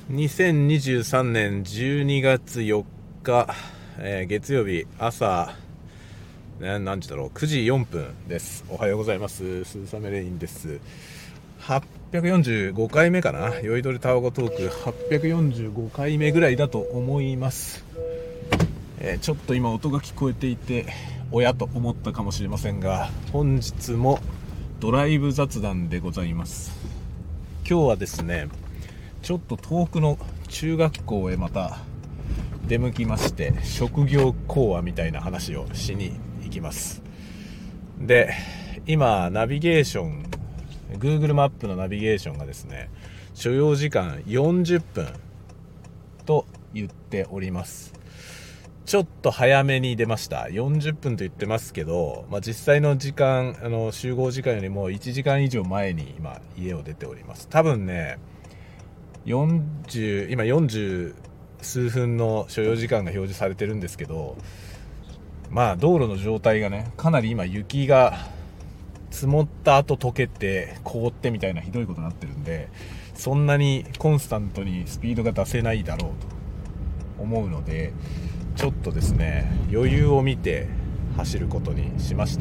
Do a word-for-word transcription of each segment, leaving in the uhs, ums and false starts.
にせんにじゅうさんねんじゅうにがつよっか、えー、月曜日朝、ね、何時だろう、くじよんぷんです。おはようございます。鈴雨レインです。はっぴゃくよんじゅうごかいめかな。酔いどれタワゴトークはっぴゃくよんじゅうごかいめぐらいだと思います。えー、ちょっと今音が聞こえていて親と思ったかもしれませんが、本日もドライブ雑談でございます。今日はですね、ちょっと遠くの中学校へまた出向きまして、職業講話みたいな話をしに行きます。で、今ナビゲーション Google マップのナビゲーションがですね、所要時間よんじゅっぷんと言っております。ちょっと早めに出ました。よんじゅっぷんと言ってますけど、まあ、実際の時間、あの集合時間よりもいちじかん以上前に今家を出ております。多分ね、よんじゅう今よんじゅう数分の所要時間が表示されてるんですけど、まあ道路の状態がね、かなり今雪が積もった後溶けて凍ってみたいなひどいことになってるんで、そんなにコンスタントにスピードが出せないだろうと思うので、ちょっとですね、余裕を見て走ることにしました。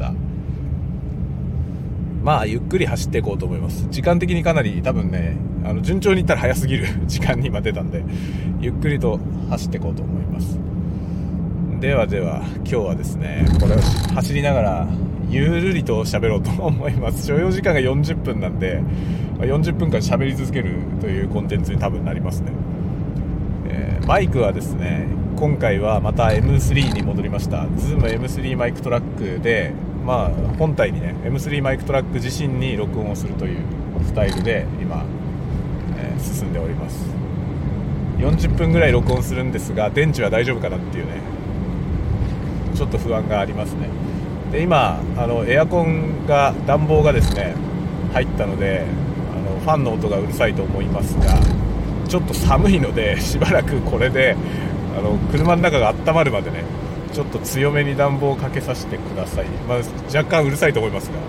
まあゆっくり走っていこうと思います。時間的にかなり多分ね、あの順調にいったら早すぎる時間に今出たんで、ゆっくりと走っていこうと思います。ではでは、今日はですね、これを走りながらゆるりと喋ろうと思います。所要時間がよんじゅっぷんなんで、よんじゅっぷんかん喋り続けるというコンテンツに多分なりますね。えー、マイクはですね、今回はまた エムスリー に戻りました。 Zoom エムスリー マイクトラックで、まあ本体にね エムスリー マイクトラック自身に録音をするというスタイルで今、えー、進んでおります。よんじゅっぷんぐらい録音するんですが、電池は大丈夫かなっていうね、ちょっと不安がありますね。で、今あのエアコンが暖房がですね入ったので、あのファンの音がうるさいと思いますが、ちょっと寒いのでしばらくこれであの車の中が温まるまでね、ちょっと強めに暖房をかけさせてください。まあ、若干うるさいと思いますが、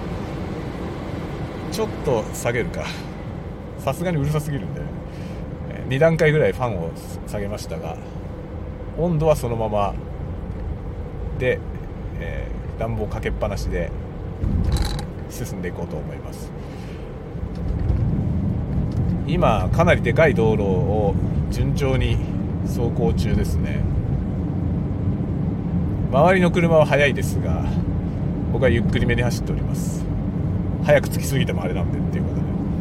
ちょっと下げるか、さすがにうるさすぎるんで、にだんかいぐらいファンを下げましたが、温度はそのままで、えー、暖房かけっぱなしで進んでいこうと思います。今かなりでかい道路を順調に走行中ですね。周りの車は速いですが、僕はゆっくりめに走っております。早く着きすぎてもあれなんでっていうこと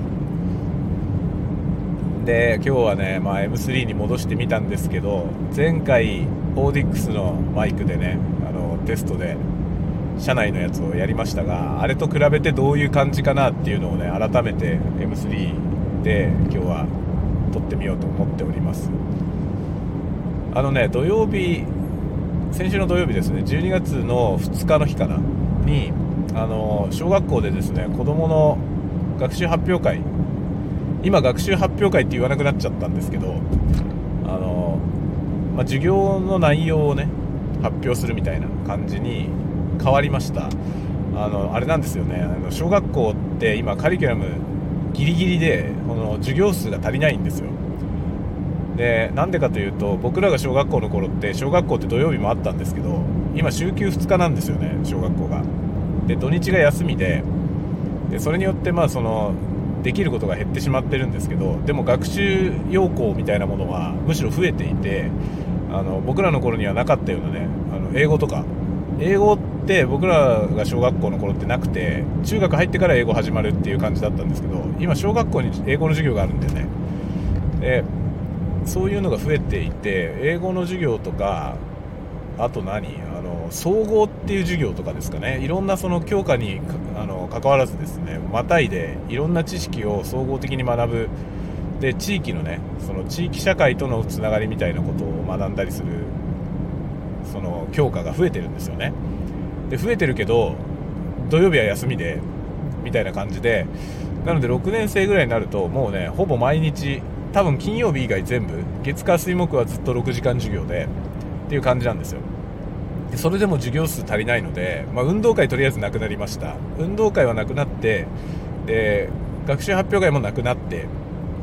で。で、今日はね、まあ、エムスリー に戻してみたんですけど、前回オーディックスのマイクでね、あのテストで車内のやつをやりましたが、あれと比べてどういう感じかなっていうのをね、改めて エムスリー で今日は撮ってみようと思っております。あのね、土曜日、先週の土曜日ですね、じゅうにがつのふつかの日かなに、あの小学校でですね、子供の学習発表会、今学習発表会って言わなくなっちゃったんですけど、あの、まあ、授業の内容をね発表するみたいな感じに変わりました。あのあれなんですよね、あの小学校って今カリキュラムギリギリで、この授業数が足りないんですよ。で、なんでかというと、僕らが小学校の頃って小学校って土曜日もあったんですけど、今週休ふつかなんですよね、小学校が。で、土日が休みで、でそれによってまあそのできることが減ってしまってるんですけど、でも学習要項みたいなものはむしろ増えていて、あの僕らの頃にはなかったようなね、あの英語とか、英語って僕らが小学校の頃ってなくて、中学入ってから英語始まるっていう感じだったんですけど、今小学校に英語の授業があるんだよね。で、そういうのが増えていて、英語の授業とか、あと何あの総合っていう授業とかですかね、いろんなその教科にあの関わらずですね、またいでいろんな知識を総合的に学ぶ。で、地域のね、その地域社会とのつながりみたいなことを学んだりする、その教科が増えてるんですよね。で、増えてるけど土曜日は休みでみたいな感じで、なのでろくねんせいぐらいになるともうね、ほぼ毎日、多分金曜日以外全部月火水木はずっとろくじかん授業でっていう感じなんですよ。で、それでも授業数足りないので、まあ、運動会とりあえずなくなりました。運動会はなくなって、で学習発表会もなくなって、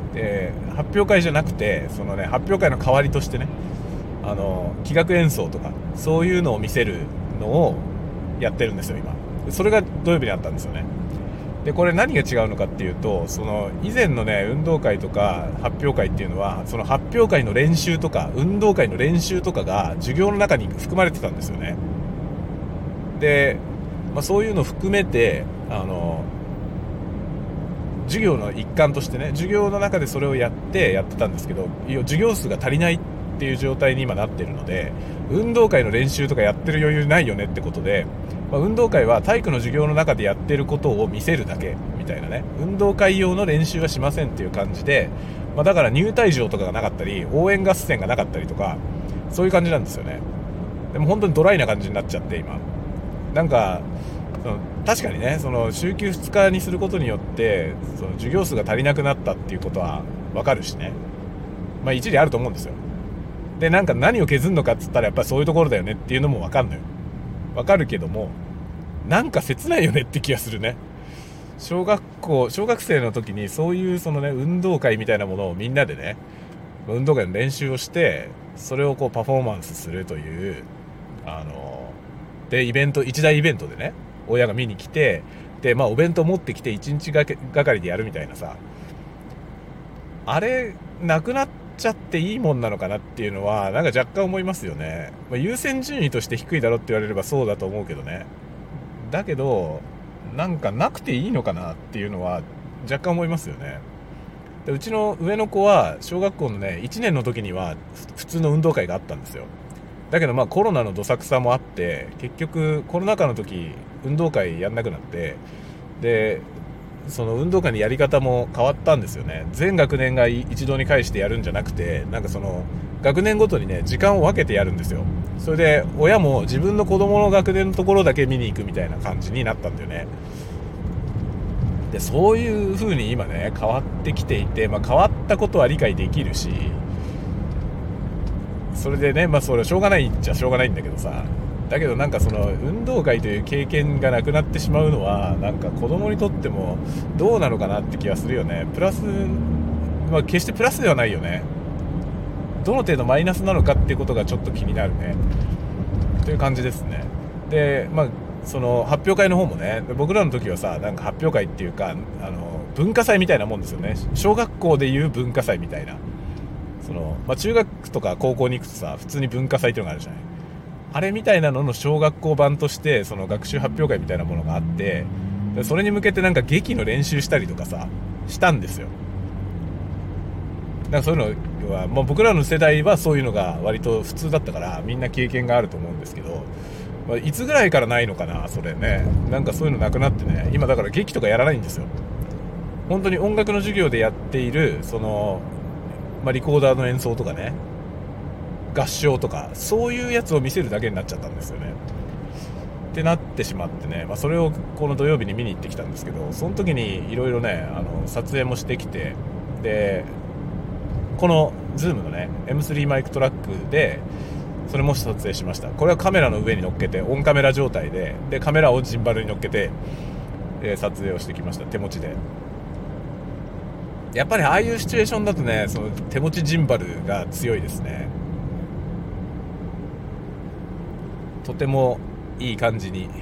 で発表会じゃなくてそのね発表会の代わりとしてねあの器楽演奏とかそういうのを見せるのをやってるんですよ今。それが土曜日にあったんですよね。でこれ何が違うのかっていうと、その以前のね運動会とか発表会っていうのはその発表会の練習とか運動会の練習とかが授業の中に含まれてたんですよね。で、まあ、そういうのを含めてあの授業の一環としてね授業の中でそれをやってやってたんですけど、授業数が足りないっていう状態に今なってるので、運動会の練習とかやってる余裕ないよねってことで、まあ、運動会は体育の授業の中でやってることを見せるだけみたいなね、運動会用の練習はしませんっていう感じで、まあ、だから入退場とかがなかったり応援合戦がなかったりとかそういう感じなんですよね。でも本当にドライな感じになっちゃって今なんかその確かにねその週休ふつかにすることによってその授業数が足りなくなったっていうことは分かるしね、まあ一理あると思うんですよ。でなんか何を削るのかっつったらやっぱりそういうところだよねっていうのも分かんのよ。分かるけどもなんか切ないよねって気がするね。小学校小学生の時にそういうそのね運動会みたいなものをみんなでね運動会の練習をしてそれをこうパフォーマンスするというあのでイベント一大イベントでね親が見に来てで、まあ、お弁当持ってきて一日がかりでやるみたいなさ、あれなくなっちゃっていいもんなのかなっていうのはなんか若干思いますよね。まあ、優先順位として低いだろって言われればそうだと思うけどね。だけどなんかなくていいのかなっていうのは若干思いますよね。でうちの上の子は小学校のねいちねんの時には普通の運動会があったんですよ。だけどまあコロナのどさくさもあって結局コロナ禍の時運動会やんなくなって、でその運動会のやり方も変わったんですよね。全学年が一堂に会してやるんじゃなくてなんかその学年ごとにね時間を分けてやるんですよ。それで親も自分の子供の学年のところだけ見に行くみたいな感じになったんだよね。でそういう風に今ね変わってきていて、まあ、変わったことは理解できるし、それでねまあそれはしょうがないっちゃしょうがないんだけどさ、だけどなんかその運動会という経験がなくなってしまうのはなんか子供にとってもどうなのかなって気がするよね。プラス、まあ、決してプラスではないよね。どの程度マイナスなのかっていうことがちょっと気になるねという感じですね。でまあその発表会の方もね僕らの時はさなんか発表会っていうかあの文化祭みたいなもんですよね。小学校でいう文化祭みたいな、その、まあ、中学とか高校に行くとさ普通に文化祭っていうのがあるじゃない。あれみたいなのの小学校版としてその学習発表会みたいなものがあって、それに向けてなんか劇の練習したりとかさしたんですよ。なんかそういうのは、まあ、僕らの世代はそういうのが割と普通だったからみんな経験があると思うんですけど、まあ、いつぐらいからないのかなそれね。なんかそういうのなくなってね今だから劇とかやらないんですよ。本当に音楽の授業でやっているその、まあ、リコーダーの演奏とかね合唱とかそういうやつを見せるだけになっちゃったんですよねってなってしまってね、まあ、それをこの土曜日に見に行ってきたんですけど、その時にいろいろねあの撮影もしてきて、でこの Zoom のね エムスリー マイクトラックでそれも撮影しました。これはカメラの上に乗っけてオンカメラ状態ででカメラをジンバルに乗っけて、えー、撮影をしてきました。手持ちで。やっぱりああいうシチュエーションだとねその手持ちジンバルが強いですね。とてもいい感じに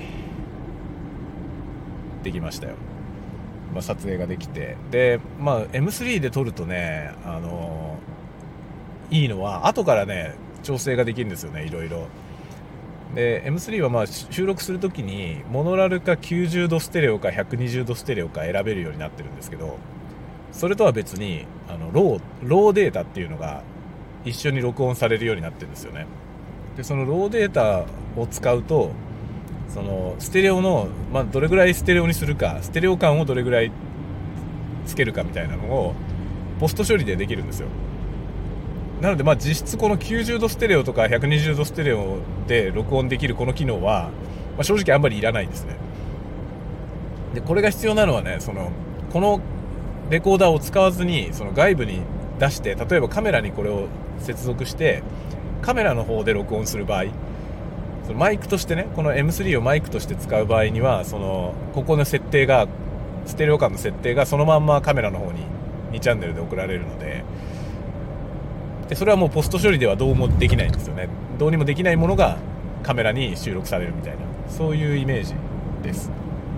できましたよ。まあ、撮影ができてで、まあ、エムスリー で撮るとねあのいいのは後からね調整ができるんですよね。いろいろで エムスリー はまあ収録するときにモノラルかきゅうじゅうどステレオかひゃくにじゅうどステレオか選べるようになってるんですけど、それとは別にあのロー、ローデータっていうのが一緒に録音されるようになってるんですよね。でそのローデータを使うとそのステレオの、まあ、どれぐらいステレオにするかステレオ感をどれぐらいつけるかみたいなのをポスト処理でできるんですよ。なのでまあ実質このきゅうじゅうどステレオとかひゃくにじゅうどステレオで録音できるこの機能は、まあ、正直あんまりいらないんですね。でこれが必要なのはねそのこのレコーダーを使わずにその外部に出して例えばカメラにこれを接続してカメラの方で録音する場合、そのマイクとしてねこの エムスリー をマイクとして使う場合にはそのここの設定がステレオ感の設定がそのまんまカメラの方ににチャンネルで送られるので、でそれはもうポスト処理ではどうもできないんですよね。どうにもできないものがカメラに収録されるみたいな、そういうイメージです。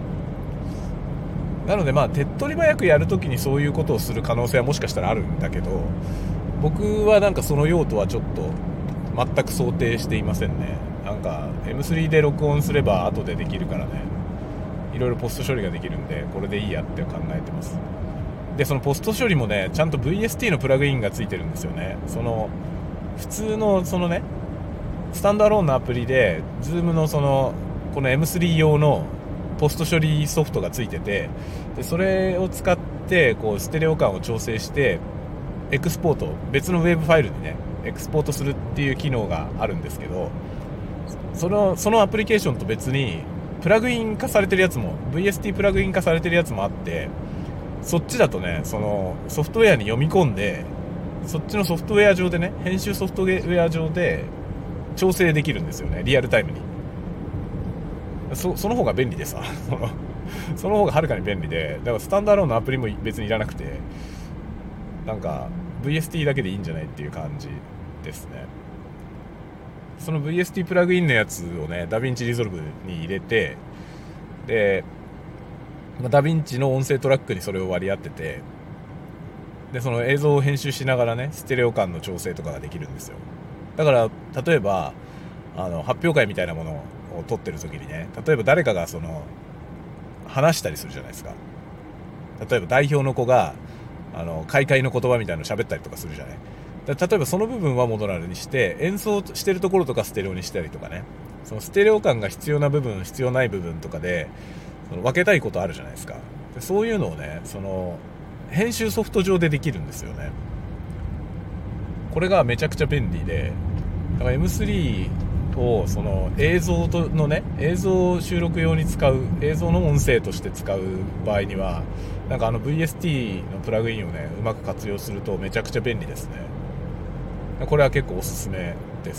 なのでまあ手っ取り早くやるときにそういうことをする可能性はもしかしたらあるんだけど、僕はなんかその用途はちょっと全く想定していませんね。なんか エムスリー で録音すれば後でできるからね、いろいろポスト処理ができるんで、これでいいやって考えてます。でそのポスト処理もね、ちゃんと ブイエスティー のプラグインがついてるんですよね。その普通のそのねスタンドアローンのアプリで Zoom のそのこの エムスリー 用のポスト処理ソフトがついてて、でそれを使ってこうステレオ感を調整してエクスポート、別のウェブファイルにねエクスポートするっていう機能があるんですけど、そのそのアプリケーションと別にプラグイン化されてるやつも ブイエスティー プラグイン化されてるやつもあって、そっちだとねそのソフトウェアに読み込んで、そっちのソフトウェア上でね編集ソフトウェア上で調整できるんですよね、リアルタイムに。そ, その方が便利でさそのその方がはるかに便利で、だからスタンドアローンのアプリも別にいらなくて、なんか ブイエスティー だけでいいんじゃないっていう感じですね。その ブイエスティー プラグインのやつをねダヴィンチリゾルブに入れて、でダヴィンチの音声トラックにそれを割り当てて、でその映像を編集しながらねステレオ感の調整とかができるんですよ。だから例えばあの発表会みたいなものを撮ってる時にね、例えば誰かがその話したりするじゃないですか。例えば代表の子があの開会の言葉みたいなの喋ったりとかするじゃない。だ例えばその部分はモノラルにして演奏してるところとかステレオにしたりとかね、そのステレオ感が必要な部分必要ない部分とかでその分けたいことあるじゃないですか。でそういうのをねその編集ソフト上でできるんですよね。これがめちゃくちゃ便利で、だから エムスリー をその映像のね映像収録用に使う、映像の音声として使う場合にはなんかあの ブイエスティー のプラグインをねうまく活用するとめちゃくちゃ便利ですね。これは結構おすすめです。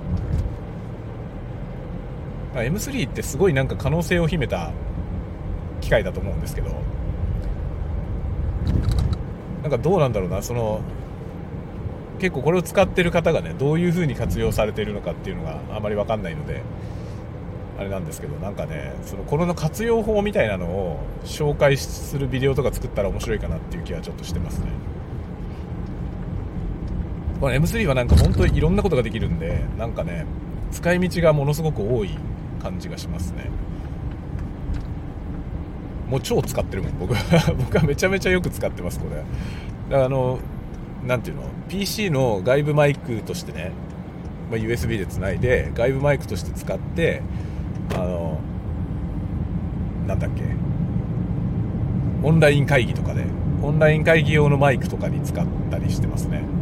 エムスリー ってすごいなんか可能性を秘めた機械だと思うんですけど、なんかどうなんだろうな、その結構これを使ってる方がねどういう風に活用されているのかっていうのがあまり分かんないのであれなんですけど、なんかねそのこの活用法みたいなのを紹介するビデオとか作ったら面白いかなっていう気はちょっとしてますね。この エムスリー はなんか本当にいろんなことができるんで、なんかね使い道がものすごく多い感じがしますね。もう超使ってるもん僕は僕はめちゃめちゃよく使ってますこれ。だからあのなんていうの ピーシー の外部マイクとしてね、まあ、ユーエスビー でつないで外部マイクとして使って、あのなんだっけオンライン会議とかでオンライン会議用のマイクとかに使ったりしてますね。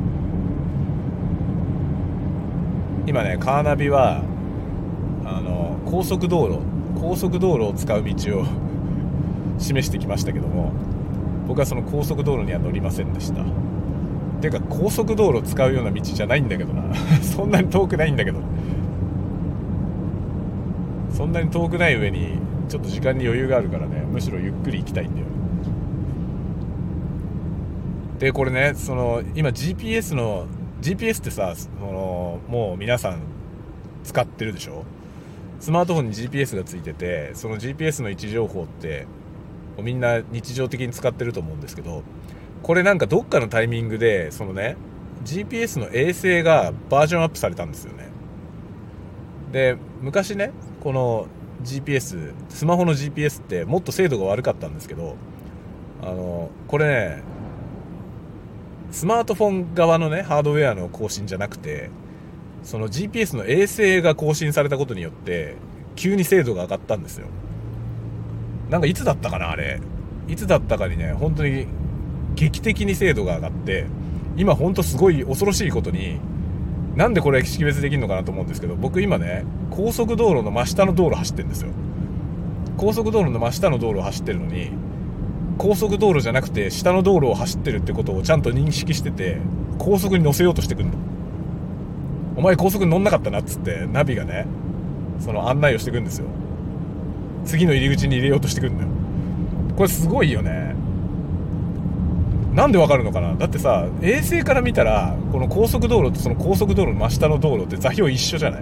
今ねカーナビはあの高速道路高速道路を使う道を示してきましたけども、僕はその高速道路には乗りませんでした。ていうか高速道路を使うような道じゃないんだけどなそんなに遠くないんだけど、そんなに遠くない上にちょっと時間に余裕があるからね、むしろゆっくり行きたいんだよ。でこれねその今 ジーピーエス の ジーピーエス ってさそのもう皆さん使ってるでしょ。スマートフォンに ジーピーエス がついてて、その ジーピーエス の位置情報ってみんな日常的に使ってると思うんですけど、これなんかどっかのタイミングでそのね ジーピーエス の衛星がバージョンアップされたんですよね。で昔ねこの ジーピーエス スマホの ジーピーエス ってもっと精度が悪かったんですけど、あのこれねスマートフォン側のねハードウェアの更新じゃなくて、その ジーピーエス の衛星が更新されたことによって急に精度が上がったんですよ。なんかいつだったかなあれいつだったかにね本当に劇的に精度が上がって、今本当すごい恐ろしいことに、なんでこれ識別できるのかなと思うんですけど、僕今ね高速道路の真下の道路走ってるんですよ。高速道路の真下の道路を走ってるのに高速道路じゃなくて下の道路を走ってるってことをちゃんと認識してて高速に乗せようとしてくるの。お前高速に乗んなかったなっつってナビがねその案内をしてくるんですよ。次の入り口に入れようとしてくるんだよ。これすごいよね。 なんでわかるのかな。だってさ、衛星から見たらこの高速道路とその高速道路の真下の道路って座標一緒じゃない。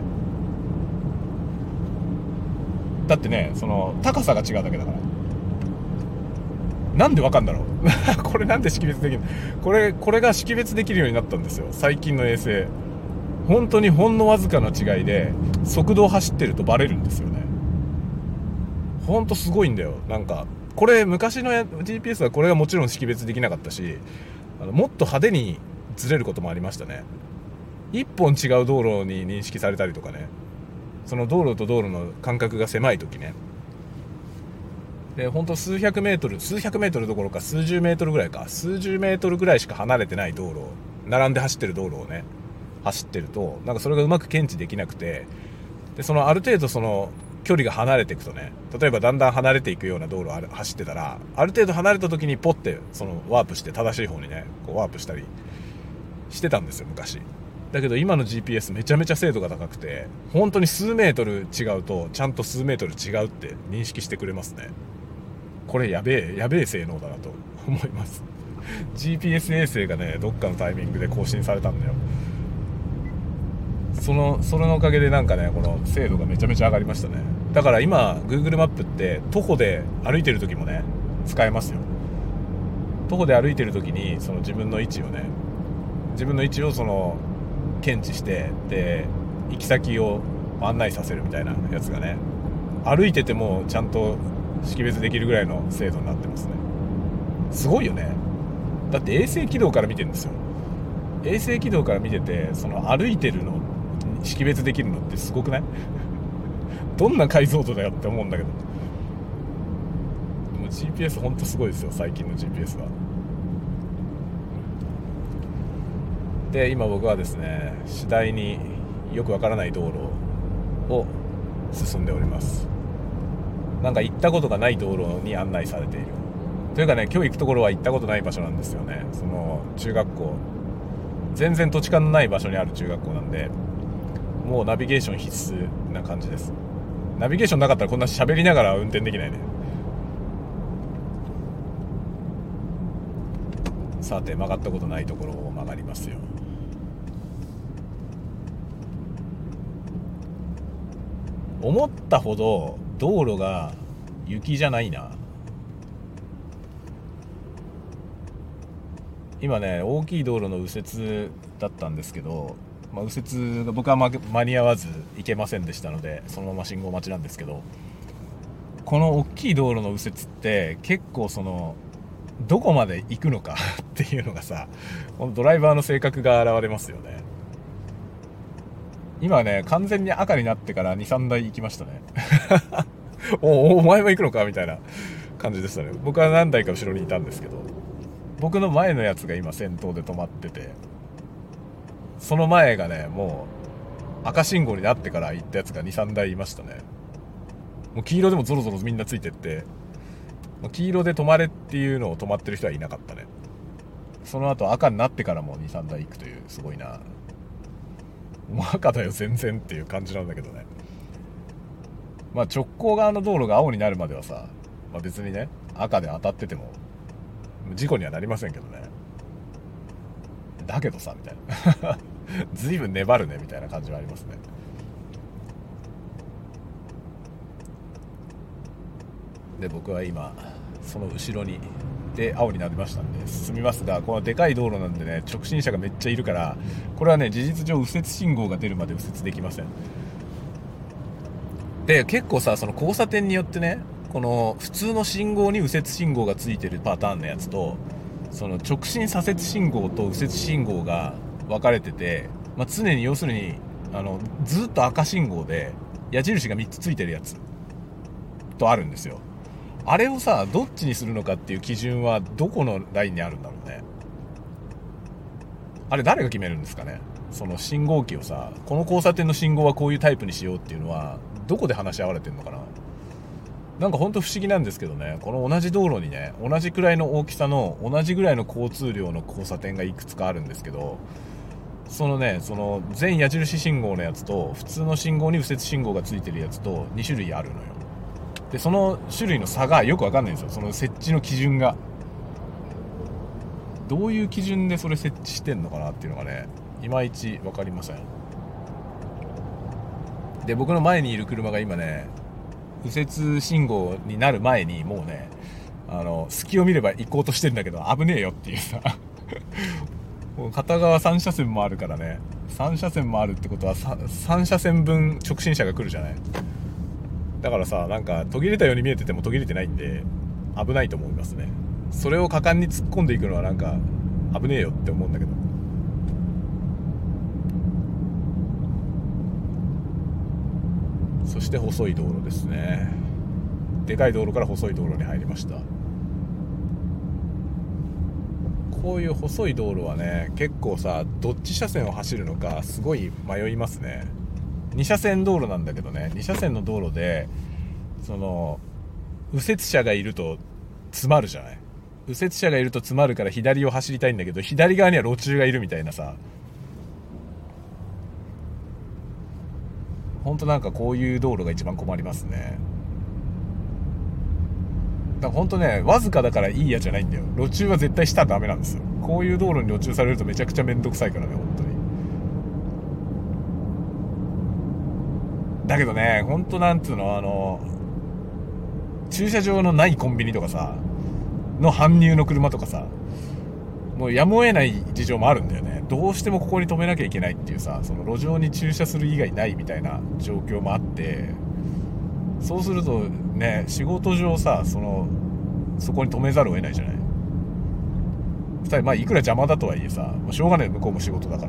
だってね、その高さが違うだけだから。なんでわかんだろうこれなんで識別できる、これこれが識別できるようになったんですよ、最近の衛星。本当にほんのわずかな違いで速度を走ってるとバレるんですよね。ほんとすごいんだよ。なんかこれ昔の ジーピーエス はこれがもちろん識別できなかったし、あのもっと派手にずれることもありましたね。一本違う道路に認識されたりとかね、その道路と道路の間隔が狭い時ね。で本当数百メートル数百メートルどころか数十メートルぐらいか数十メートルぐらいしか離れてない道路を並んで走ってる道路をね走ってると、なんかそれがうまく検知できなくて、でそのある程度その距離が離れていくとね、例えばだんだん離れていくような道路を走ってたら、ある程度離れた時にポッてそのワープして正しい方にねこうワープしたりしてたんですよ昔。だけど今の ジーピーエス めちゃめちゃ精度が高くて、本当に数メートル違うとちゃんと数メートル違うって認識してくれますね。これやべえやべえ性能だなと思います。 ジーピーエス 衛星がねどっかのタイミングで更新されたんだよ。そのそれのおかげでなんかねこの精度がめちゃめちゃ上がりましたね。だから今 Google マップって徒歩で歩いてる時もね使えますよ。徒歩で歩いてる時にその自分の位置をね自分の位置をその検知して、で行き先を案内させるみたいなやつがね、歩いててもちゃんと識別できるぐらいの精度になってますね。すごいよね。だって衛星軌道から見てるんですよ。衛星軌道から見ててその歩いてるの識別できるのってすごくないどんな解像度だよって思うんだけど、でも ジーピーエス ほんとすごいですよ最近の ジーピーエス は。で今僕はですね次第によくわからない道路を進んでおります。なんか行ったことがない道路に案内されているというかね、今日行くところは行ったことない場所なんですよね。その中学校全然土地勘のない場所にある中学校なんで、もうナビゲーション必須な感じです。ナビゲーションなかったらこんな喋りながら運転できないね。さて曲がったことないところを曲がりますよ。思ったほど道路が雪じゃないな。今ね大きい道路の右折だったんですけど、まあ、右折が僕は間に合わず行けませんでしたのでそのまま信号待ちなんですけど、この大きい道路の右折って結構そのどこまで行くのかっていうのがさ、このドライバーの性格が現れますよね。今ね完全に赤になってから にさんだい行きましたねお, お前も行くのかみたいな感じでしたね。僕は何台か後ろにいたんですけど、僕の前のやつが今先頭で止まってて、その前がねもう赤信号になってから行ったやつが にさんだいいましたね。もう黄色でもゾロゾロみんなついてって、黄色で止まれっていうのを止まってる人はいなかったね。その後赤になってからも にさんだい行くという、すごいな。もう赤だよ全然っていう感じなんだけどね。まあ直行側の道路が青になるまではさ、まあ、別にね赤で当たってても事故にはなりませんけどね。だけどさみたいなずいぶん粘るねみたいな感じはありますね。で僕は今その後ろにで青になりましたんで進みますが、このでかい道路なんでね直進車がめっちゃいるから、これはね事実上右折信号が出るまで右折できません。で結構さその交差点によってね、この普通の信号に右折信号がついてるパターンのやつと、その直進左折信号と右折信号が分かれてて、まあ、常に要するにあのずっと赤信号で矢印がみっつついてるやつとあるんですよ。あれをさどっちにするのかっていう基準はどこのラインにあるんだろうね。あれ誰が決めるんですかね。その信号機をさ、この交差点の信号はこういうタイプにしようっていうのはどこで話し合われてるのかな。なんかほんと不思議なんですけどね、この同じ道路にね同じくらいの大きさの同じぐらいの交通量の交差点がいくつかあるんですけど、そのねその全矢印信号のやつと普通の信号に右折信号がついてるやつとに種類あるのよ。でその種類の差がよくわかんないんですよ、その設置の基準が。 どういう基準でそれ設置してんのかなっていうのがねいまいち分かりません。で僕の前にいる車が今ね右折信号になる前にもうねあの隙を見れば行こうとしてんだけど危ねえよっていうさもう片側さん車線もあるからね、さん車線もあるってことは 3, さん車線分直進車が来るじゃない。だからさなんか途切れたように見えてても途切れてないんで危ないと思いますね。それを果敢に突っ込んでいくのはなんか危ねえよって思うんだけど。そして細い道路ですね。でかい道路から細い道路に入りました。こういう細い道路はね結構さどっち車線を走るのかすごい迷いますね。に車線道路なんだけどね、に車線の道路でその右折車がいると詰まるじゃない。右折車がいると詰まるから左を走りたいんだけど左側には路中がいるみたいなさ、ほんとなんかこういう道路が一番困りますね。だからほんとねわずかだからいいやじゃないんだよ。路中は絶対したらダメなんですよ。こういう道路に路中されるとめちゃくちゃめんどくさいからね本当に。だけどねほんとなんつうのあの駐車場のないコンビニとかさの搬入の車とかさもうやむを得ない事情もあるんだよね。どうしてもここに止めなきゃいけないっていうさ、その路上に駐車する以外ないみたいな状況もあって、そうするとね仕事上さそのそこに止めざるを得ないじゃない。ふたりまあいくら邪魔だとはいえさもうしょうがない向こうも仕事だから。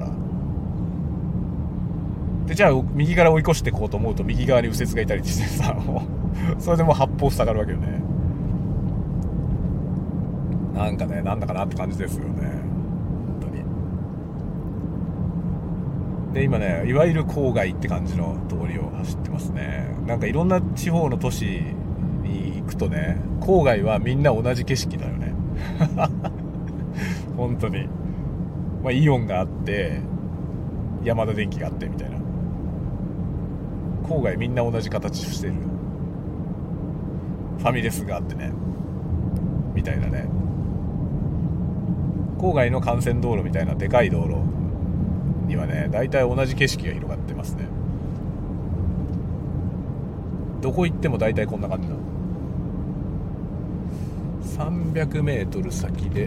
でじゃあ右から追い越してこうと思うと右側に右折がいたりしてさもうそれでもう八方塞がるわけよね。なんかねなんだかなって感じですよね本当に。で今ねいわゆる郊外って感じの通りを走ってますね。なんかいろんな地方の都市に行くとね郊外はみんな同じ景色だよね本当に、まあ、イオンがあってヤマダ電機があってみたいな、郊外みんな同じ形してる。ファミレスがあってねみたいなね、郊外の幹線道路みたいなでかい道路にはね大体同じ景色が広がってますね。どこ行っても大体こんな感じなの。さんびゃくメートル先で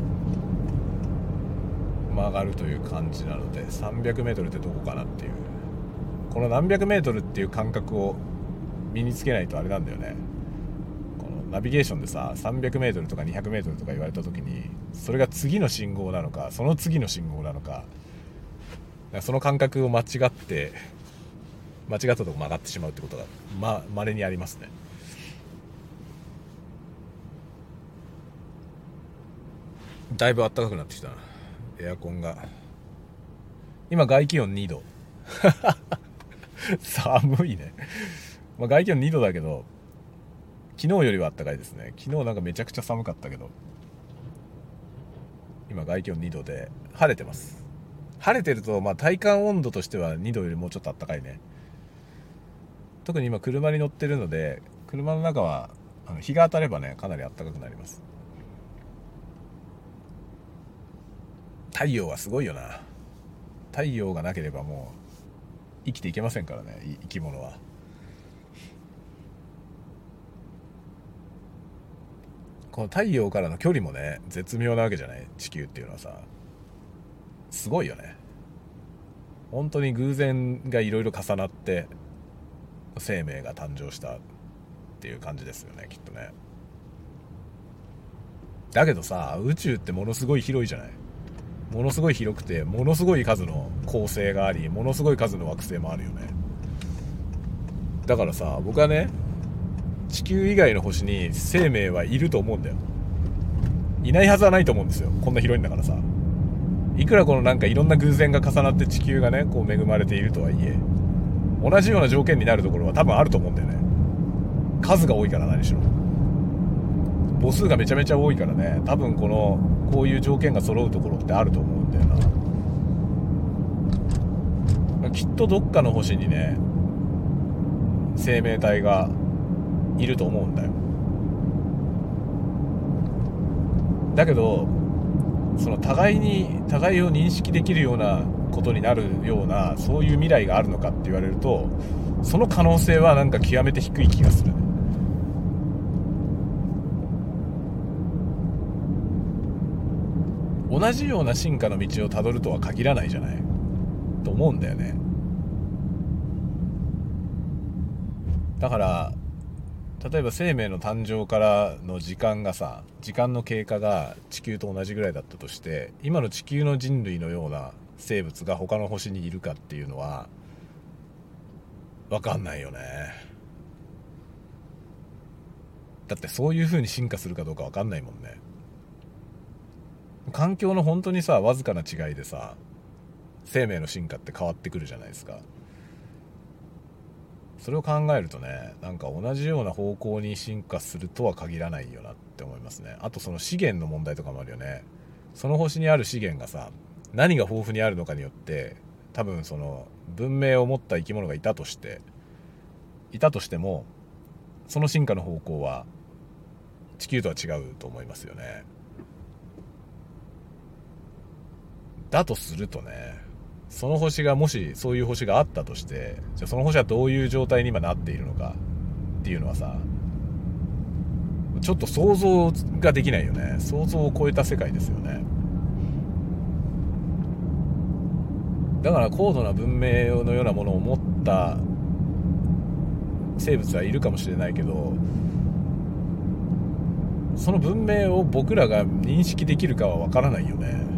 曲がるという感じなので、さんびゃくメートルってどこかなっていう、この何百メートルっていう感覚を身につけないとあれなんだよね。このナビゲーションでささんびゃくメートルとかにひゃくメートルとか言われた時にそれが次の信号なのかその次の信号なのか、その感覚を間違って間違ったとこ曲がってしまうってことがま稀にありますね。だいぶ暖かくなってきたな。エアコンが今外気温にど寒いね、まあ、外気温にどだけど昨日よりは暖かいですね。昨日なんかめちゃくちゃ寒かったけど今外気温にどで晴れてます。晴れてるとまあ体感温度としてはにどよりもうちょっと暖かいね。特に今車に乗ってるので車の中はあの日が当たればねかなり暖かくなります。太陽はすごいよな。太陽がなければもう生きていけませんからね生き物は。この太陽からの距離もね絶妙なわけじゃない。地球っていうのはさすごいよね。本当に偶然がいろいろ重なって生命が誕生したっていう感じですよねきっとね。だけどさ宇宙ってものすごい広いじゃない。ものすごい広くてものすごい数の恒星がありものすごい数の惑星もあるよね。だからさ僕はね地球以外の星に生命はいると思うんだよ。いないはずはないと思うんですよ。こんな広いんだからさ。いくらこのなんかいろんな偶然が重なって地球がねこう恵まれているとはいえ同じような条件になるところは多分あると思うんだよね。数が多いから何しろ母数がめちゃめちゃ多いからね多分このこういう条件が揃うところってあると思うんだよな。きっとどっかの星にね生命体がいると思うんだよ。だけどその互いに互いを認識できるようなことになるようなそういう未来があるのかって言われると、その可能性はなんか極めて低い気がする。同じような進化の道をたどるとは限らないじゃないと思うんだよね。だから例えば生命の誕生からの時間がさ、時間の経過が地球と同じぐらいだったとして、今の地球の人類のような生物が他の星にいるかっていうのは分かんないよね。だってそういう風に進化するかどうか分かんないもんね。環境の本当にさ、わずかな違いでさ、生命の進化って変わってくるじゃないですか。それを考えるとね、なんか同じような方向に進化するとは限らないよなって思いますね。あとその資源の問題とかもあるよね。その星にある資源がさ、何が豊富にあるのかによって、多分その文明を持った生き物がいたとしていたとしても、その進化の方向は地球とは違うと思いますよね。だとするとね、その星がもしそういう星があったとして、じゃあその星はどういう状態に今なっているのかっていうのはさ、ちょっと想像ができないよね。想像を超えた世界ですよね。だから高度な文明のようなものを持った生物はいるかもしれないけど、その文明を僕らが認識できるかは分からないよね。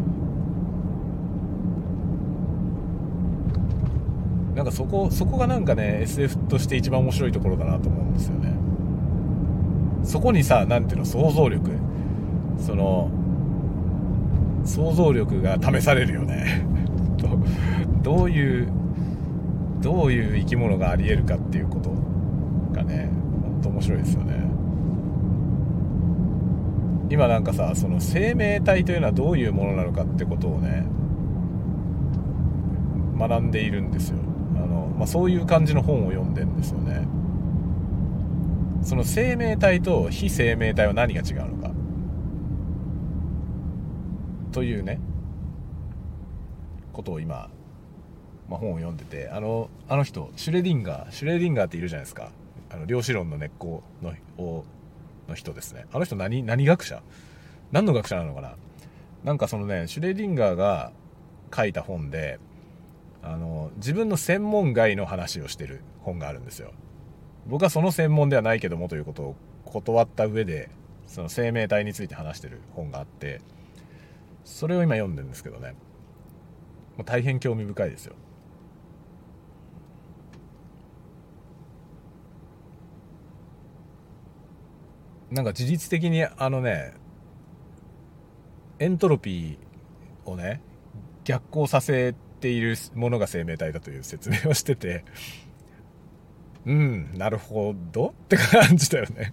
なんかそこ、そこがなんかね エスエフ として一番面白いところだなと思うんですよね。そこにさ、なんていうの、想像力、その想像力が試されるよねど, どういうどういう生き物があり得るかっていうことがね、本当面白いですよね。今なんかさ、その生命体というのはどういうものなのかってことをね学んでいるんですよ。あの、まあ、そういう感じの本を読んでんですよね。その生命体と非生命体は何が違うのかというねことを今、まあ、本を読んでて、あのあの人シュレディンガーシュレディンガーっているじゃないですか。あの量子論の根っこのの人ですね。あの人何何学者何の学者なのかな。なんかそのね、シュレディンガーが書いた本で、あの自分の専門外の話をしてる本があるんですよ。僕はその専門ではないけどもということを断った上で、その生命体について話してる本があって、それを今読んでるんですけどね、もう大変興味深いですよ。なんか事実的にあのね、エントロピーをね逆行させているものが生命体だという説明をしてて、うん、なるほどって感じだよね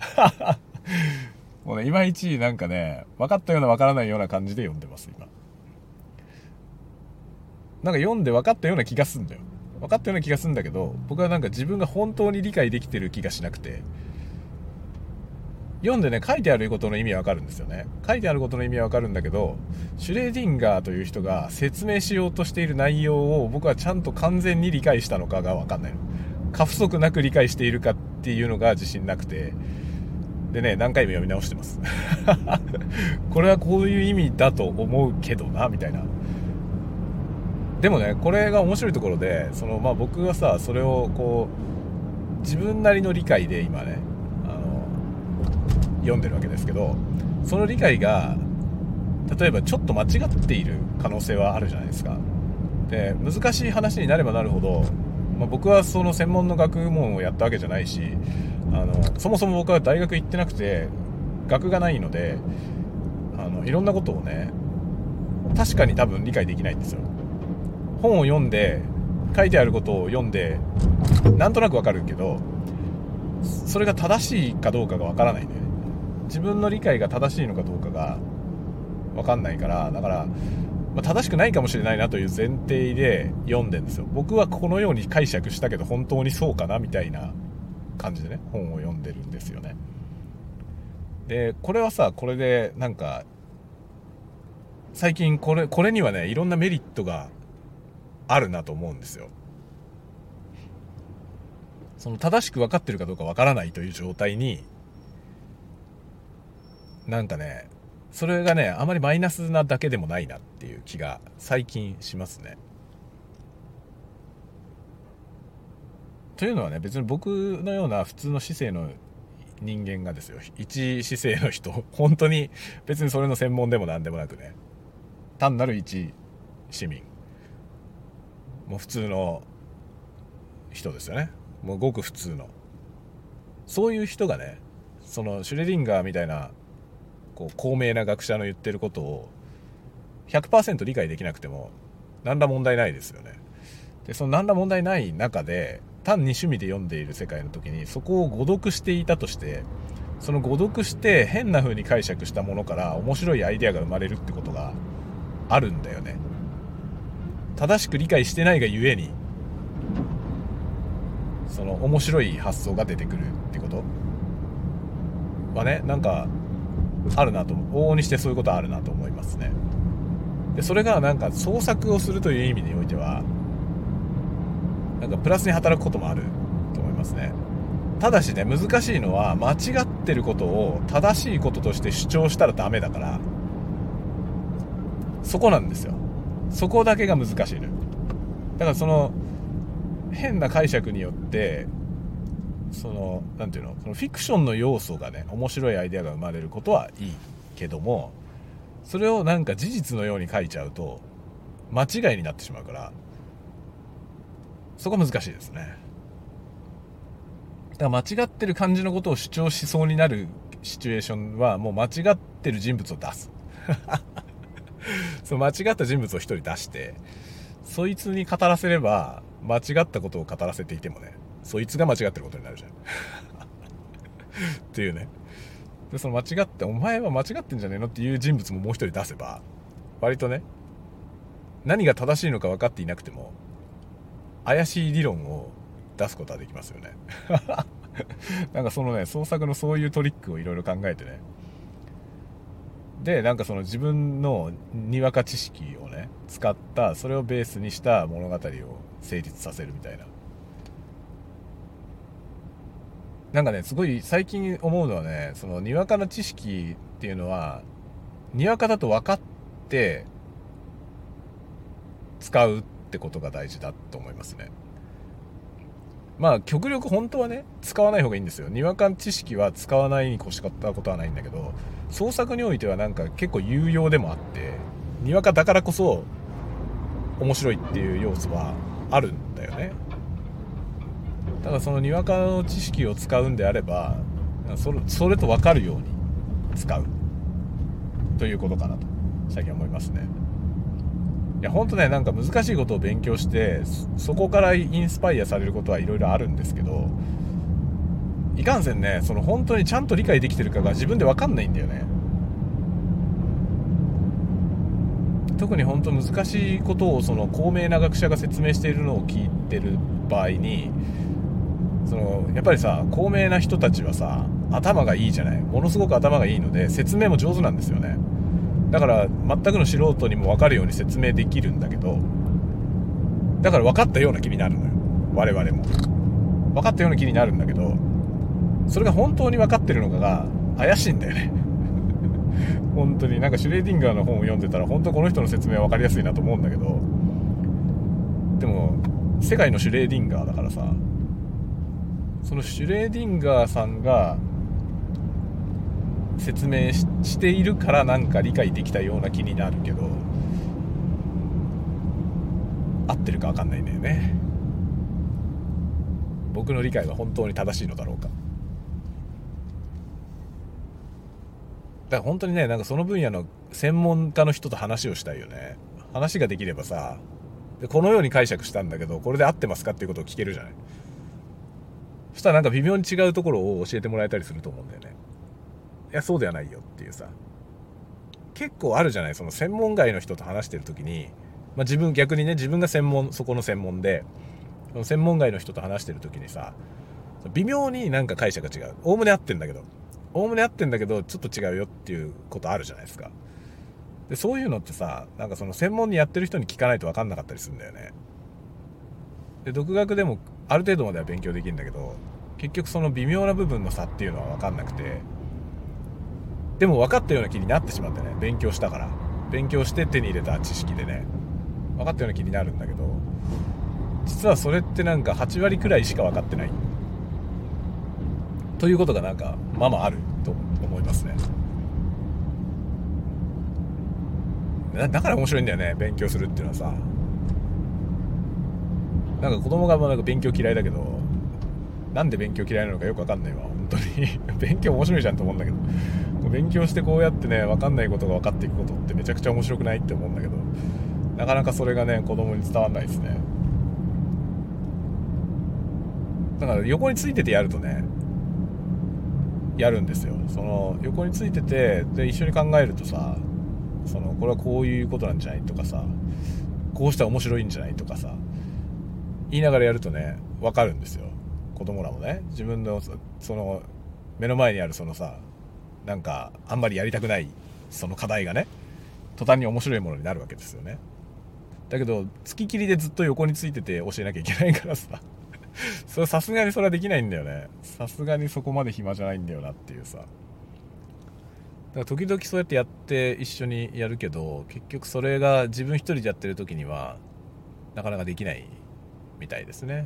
もうね、いまいちなんかね、分かったような分からないような感じで読んでます今。なんか読んで分かったような気がするんだよ。分かったような気がするんだけど、僕はなんか自分が本当に理解できてる気がしなくて、読んでね、書いてあることの意味は分かるんですよね。書いてあることの意味は分かるんだけど、シュレーディンガーという人が説明しようとしている内容を僕はちゃんと完全に理解したのかが分かんないの。過不足なく理解しているかっていうのが自信なくて、でね、何回も読み直してますこれはこういう意味だと思うけどなみたいな。でもね、これが面白いところで、そのまあ僕はさ、それをこう自分なりの理解で今ね、あの読んでるわけですけど、その理解が例えばちょっと間違っている可能性はあるじゃないですか。で、難しい話になればなるほど、まあ、僕はその専門の学問をやったわけじゃないし、あのそもそも僕は大学行ってなくて学がないので、あのいろんなことをね、確かに多分理解できないんですよ。本を読んで書いてあることを読んでなんとなくわかるけど、それが正しいかどうかがわからないんだよね。自分の理解が正しいのかどうかがわかんないから、だから、まあ、正しくないかもしれないなという前提で読んでるんですよ。僕はこのように解釈したけど本当にそうかなみたいな感じでね、本を読んでるんですよね。で、これはさ、これでなんか最近これこれにはねいろんなメリットがあるなと思うんですよ。その正しく分かってるかどうか分からないという状態になんかねそれがねあまりマイナスなだけでもないなっていう気が最近しますね。というのはね別に僕のような普通の市政の人間がですよ一市政の人本当に別にそれの専門でもなんでもなくね単なる一市民もう普通の人ですよね。もうごく普通のそういう人がねそのシュレディンガーみたいなこう高名な学者の言ってることを ひゃくパーセント 理解できなくても何ら問題ないですよね。でその何ら問題ない中で単に趣味で読んでいる世界の時にそこを誤読していたとしてその誤読して変な風に解釈したものから面白いアイデアが生まれるってことがあるんだよね。正しく理解してないがゆえにその面白い発想が出てくるってことはねなんかあるなと往々にしてそういうことあるなと思いますね。でそれがなんか創作をするという意味においてはなんかプラスに働くこともあると思いますね。ただしね難しいのは間違ってることを正しいこととして主張したらダメだからそこなんですよ。そこだけが難しいのよ。だからその変な解釈によってそのなんていうのそのフィクションの要素がね面白いアイデアが生まれることはいいけどもそれをなんか事実のように書いちゃうと間違いになってしまうからそこ難しいですね。だから間違ってる感じのことを主張しそうになるシチュエーションはもう間違ってる人物を出すその間違った人物を一人出してそいつに語らせれば間違ったことを語らせていてもねそいつが間違ってることになるじゃんっていうね。でその間違ってお前は間違ってんじゃねえのっていう人物ももう一人出せば割とね何が正しいのか分かっていなくても怪しい理論を出すことはできますよねなんかそのね創作のそういうトリックをいろいろ考えてねでなんかその自分のにわか知識をね使ったそれをベースにした物語を成立させるみたいななんかねすごい最近思うのはねそのにわかな知識っていうのはにわかだと分かって使うってことが大事だと思いますね。まあ極力本当はね使わない方がいいんですよ。にわか知識は使わないに越したことはないんだけど創作においてはなんか結構有用でもあってにわかだからこそ面白いっていう要素はあるんだよね。だからそのにわかの知識を使うんであればそれ、それと分かるように使うということかなと最近思いますね。いや本当ねなんか難しいことを勉強してそこからインスパイアされることはいろいろあるんですけどいかんせんねその本当にちゃんと理解できてるかが自分で分かんないんだよね。特に本当難しいことをその高名な学者が説明しているのを聞いてる場合にそのやっぱりさ高名な人たちはさ頭がいいじゃない。ものすごく頭がいいので説明も上手なんですよね。だから全くの素人にも分かるように説明できるんだけどだから分かったような気になるのよ。我々も分かったような気になるんだけどそれが本当に分かってるのかが怪しいんだよね本当になんかシュレーディンガーの本を読んでたら本当この人の説明は分かりやすいなと思うんだけどでも世界のシュレーディンガーだからさそのシュレーディンガーさんが説明 し, しているからなんか理解できたような気になるけど合ってるか分かんないんだよね。僕の理解は本当に正しいのだろうか。だから本当にねなんかその分野の専門家の人と話をしたいよね。話ができればさでこのように解釈したんだけどこれで合ってますかっていうことを聞けるじゃない。そしたらなんか微妙に違うところを教えてもらえたりすると思うんだよね。いやそうではないよっていうさ結構あるじゃない。その専門外の人と話してる時に、まあ、自分逆にね自分が専門そこの専門でその専門外の人と話してる時にさ微妙になんか解釈が違う。おおむね合ってんだけどおおむね合ってんだけどちょっと違うよっていうことあるじゃないですか。 でそういうのってさ、なんかその専門にやってる人に聞かないと分かんなかったりするんだよね。で独学でもある程度までは勉強できるんだけど、結局その微妙な部分の差っていうのは分かんなくて、でも分かったような気になってしまってね、勉強したから、勉強して手に入れた知識でね、分かったような気になるんだけど、実はそれってなんかはち割くらいしか分かってないということがなんかまあまああると思いますね。だだから面白いんだよね、勉強するっていうのはさ。なんか子供がなんか勉強嫌いだけど、なんで勉強嫌いなのかよく分かんないわ本当に勉強面白いじゃんと思うんだけど、勉強してこうやってね、分かんないことが分かっていくことってめちゃくちゃ面白くないって思うんだけど、なかなかそれがね子供に伝わんないですね。だから横についててやるとね、やるんですよ。その横についててで一緒に考えるとさ、そのこれはこういうことなんじゃないとかさ、こうしたら面白いんじゃないとかさ言いながらやるとね、分かるんですよ。子供らもね、自分のその目の前にあるそのさ、なんかあんまりやりたくないその課題がね、途端に面白いものになるわけですよね。だけど付きっきりでずっと横についてて教えなきゃいけないからさそれさすがにそれはできないんだよね。さすがにそこまで暇じゃないんだよなっていうさ。だから時々そうやってやって一緒にやるけど、結局それが自分一人でやってる時にはなかなかできないみたいですね。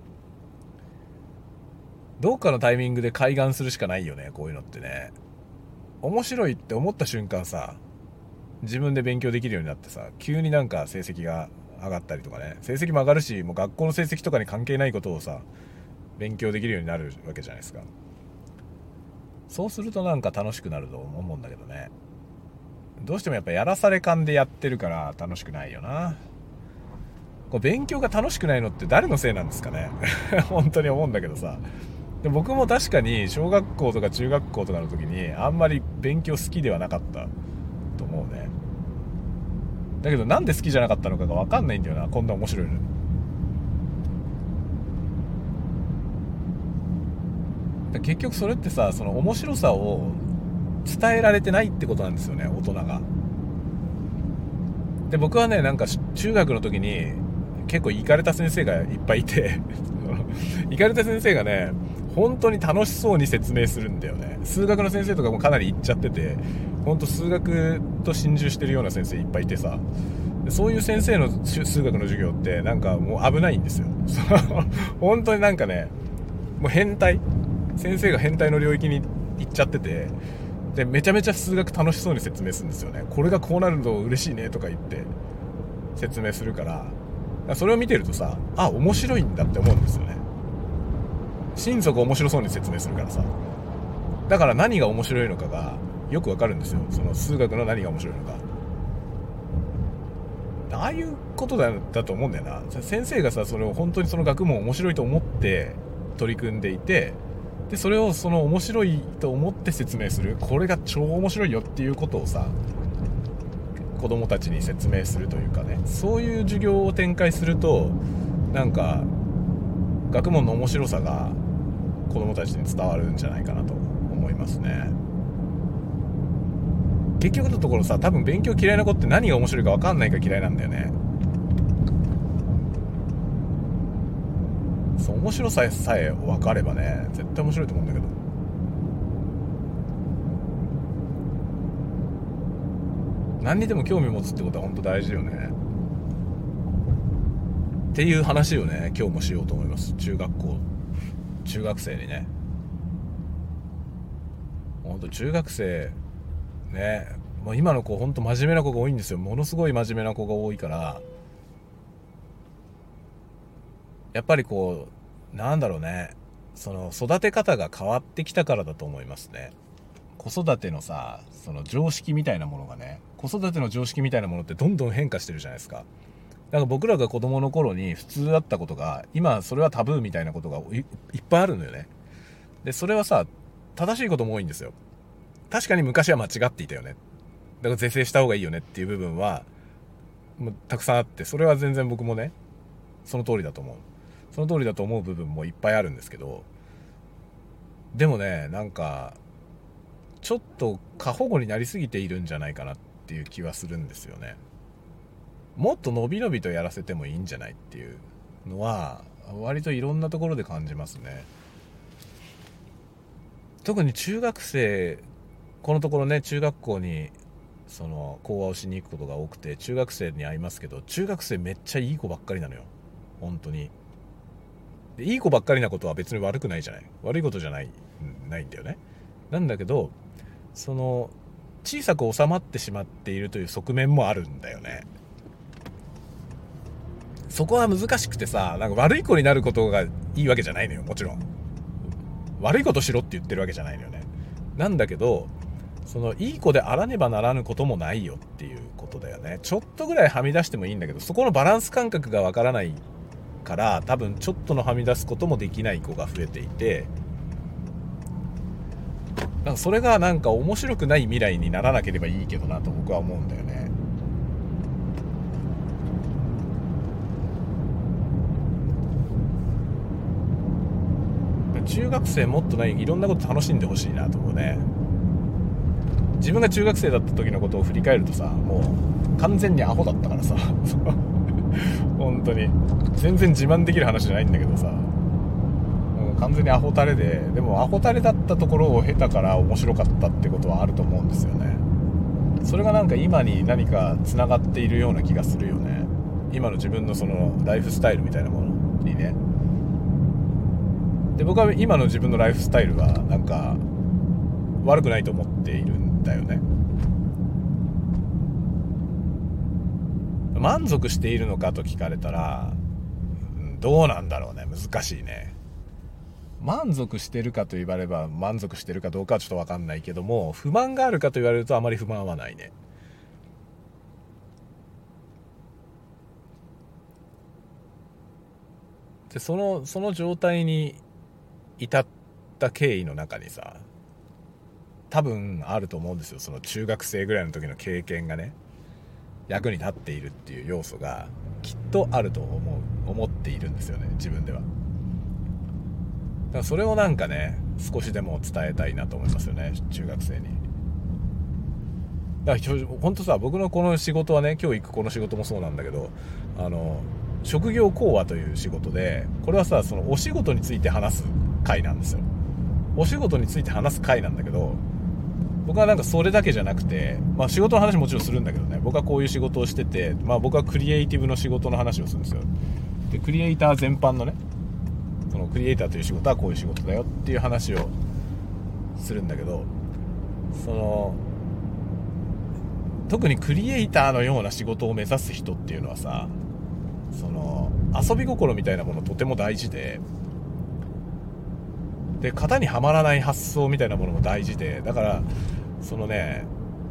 どっかのタイミングで開眼するしかないよね、こういうのってね。面白いって思った瞬間さ、自分で勉強できるようになってさ、急になんか成績が上がったりとかね、成績も上がるし、もう学校の成績とかに関係ないことをさ勉強できるようになるわけじゃないですか。そうするとなんか楽しくなると思うんだけどね。どうしてもやっぱやらされ感でやってるから楽しくないよな。こう勉強が楽しくないのって誰のせいなんですかね本当に思うんだけどさ。で僕も確かに小学校とか中学校とかの時にあんまり勉強好きではなかったと思うね。だけどなんで好きじゃなかったのかが分かんないんだよな、こんな面白いのに。結局それってさ、その面白さを伝えられてないってことなんですよね、大人が。で僕はね、なんか中学の時に結構イカれた先生がいっぱいいてイカれた先生がね、本当に楽しそうに説明するんだよね。数学の先生とかもかなり行っちゃってて、本当数学と心中してるような先生いっぱいいてさ、そういう先生の数学の授業ってなんかもう危ないんですよ本当になんかね、もう変態、先生が変態の領域に行っちゃってて、でめちゃめちゃ数学楽しそうに説明するんですよね。これがこうなると嬉しいねとか言って説明するから、それを見てるとさ、あ、面白いんだって思うんですよね。心底面白そうに説明するからさ。だから何が面白いのかがよくわかるんですよ。その数学の何が面白いのか。ああいうことだ、だと思うんだよな。先生がさ、それを本当にその学問面白いと思って取り組んでいて、でそれをその面白いと思って説明する、これが超面白いよっていうことをさ、子供たちに説明するというかね、そういう授業を展開すると、なんか学問の面白さが子供たちに伝わるんじゃないかなと思いますね。結局のところさ、多分勉強嫌いな子って何が面白いか分かんないから嫌いなんだよね。そう、面白ささえ分かればね、絶対面白いと思うんだけど。何にでも興味持つってことは本当大事よねっていう話をね、今日もしようと思います。中学校中学生にね、本当中学生ね、もう今の子本当真面目な子が多いんですよ。ものすごい真面目な子が多いから、やっぱりこうなんだろうね、その育て方が変わってきたからだと思いますね。子育てのさ、その常識みたいなものがね、子育ての常識みたいなものってどんどん変化してるじゃないですか。だから僕らが子供の頃に普通だったことが今それはタブーみたいなことが い, いっぱいあるのよね。でそれはさ、正しいことも多いんですよ。確かに昔は間違っていたよね、だから是正した方がいいよねっていう部分はもうたくさんあって、それは全然僕もねその通りだと思うその通りだと思う部分もいっぱいあるんですけど、でもね、なんかちょっと過保護になりすぎているんじゃないかなっっていう気はするんですよね。もっと伸び伸びとやらせてもいいんじゃないっていうのは割といろんなところで感じますね。特に中学生、このところね、中学校にその講話をしに行くことが多くて、中学生に会いますけど、中学生めっちゃいい子ばっかりなのよ、本当に。でいい子ばっかりなことは別に悪くないじゃない、悪いことじゃないないんだよね。なんだけど、その小さく収まってしまっているという側面もあるんだよね。そこは難しくてさ、なんか悪い子になることがいいわけじゃないのよ、もちろん。悪いことしろって言ってるわけじゃないのよね。なんだけど、そのいい子であらねばならぬこともないよっていうことだよね。ちょっとぐらいはみ出してもいいんだけど、そこのバランス感覚がわからないから、多分ちょっとのはみ出すこともできない子が増えていて、なんかそれがなんか面白くない未来にならなければいいけどなと僕は思うんだよね。中学生もっとないいろんなこと楽しんでほしいなと思うね。自分が中学生だった時のことを振り返るとさ、もう完全にアホだったからさ本当に全然自慢できる話じゃないんだけどさ、もう完全にアホタレで、でもアホタレだったところを経たから面白かったってことはあると思うんですよね。それがなんか今に何かつながっているような気がするよね。今の自分のそのライフスタイルみたいなものにね。で僕は今の自分のライフスタイルはなんか悪くないと思っているんだよね。満足しているのかと聞かれたらどうなんだろうね、難しいね。満足してるかと言われば満足してるかどうかはちょっと分かんないけども、不満があるかと言われるとあまり不満はないね。でそのその状態に至った経緯の中にさ、多分あると思うんですよ。その中学生ぐらいの時の経験がね、役に立っているっていう要素がきっとあると思う思っているんですよね、自分では。だからそれをなんかね、少しでも伝えたいなと思いますよね、中学生に。だから本当さ、僕のこの仕事はね、今日行くこの仕事もそうなんだけど、あの職業講話という仕事で、これはさ、そのお仕事について話す会なんですよ。お仕事について話す会なんだけど、僕はなんかそれだけじゃなくて、まあ仕事の話もちろんするんだけどね、僕はこういう仕事をしてて、まあ僕はクリエイティブの仕事の話をするんですよ。でクリエイター全般のね、そのクリエイターという仕事はこういう仕事だよっていう話をするんだけど、その特にクリエイターのような仕事を目指す人っていうのはさ、その遊び心みたいなものとても大事で、で型にはまらない発想みたいなものも大事で、だからそのね、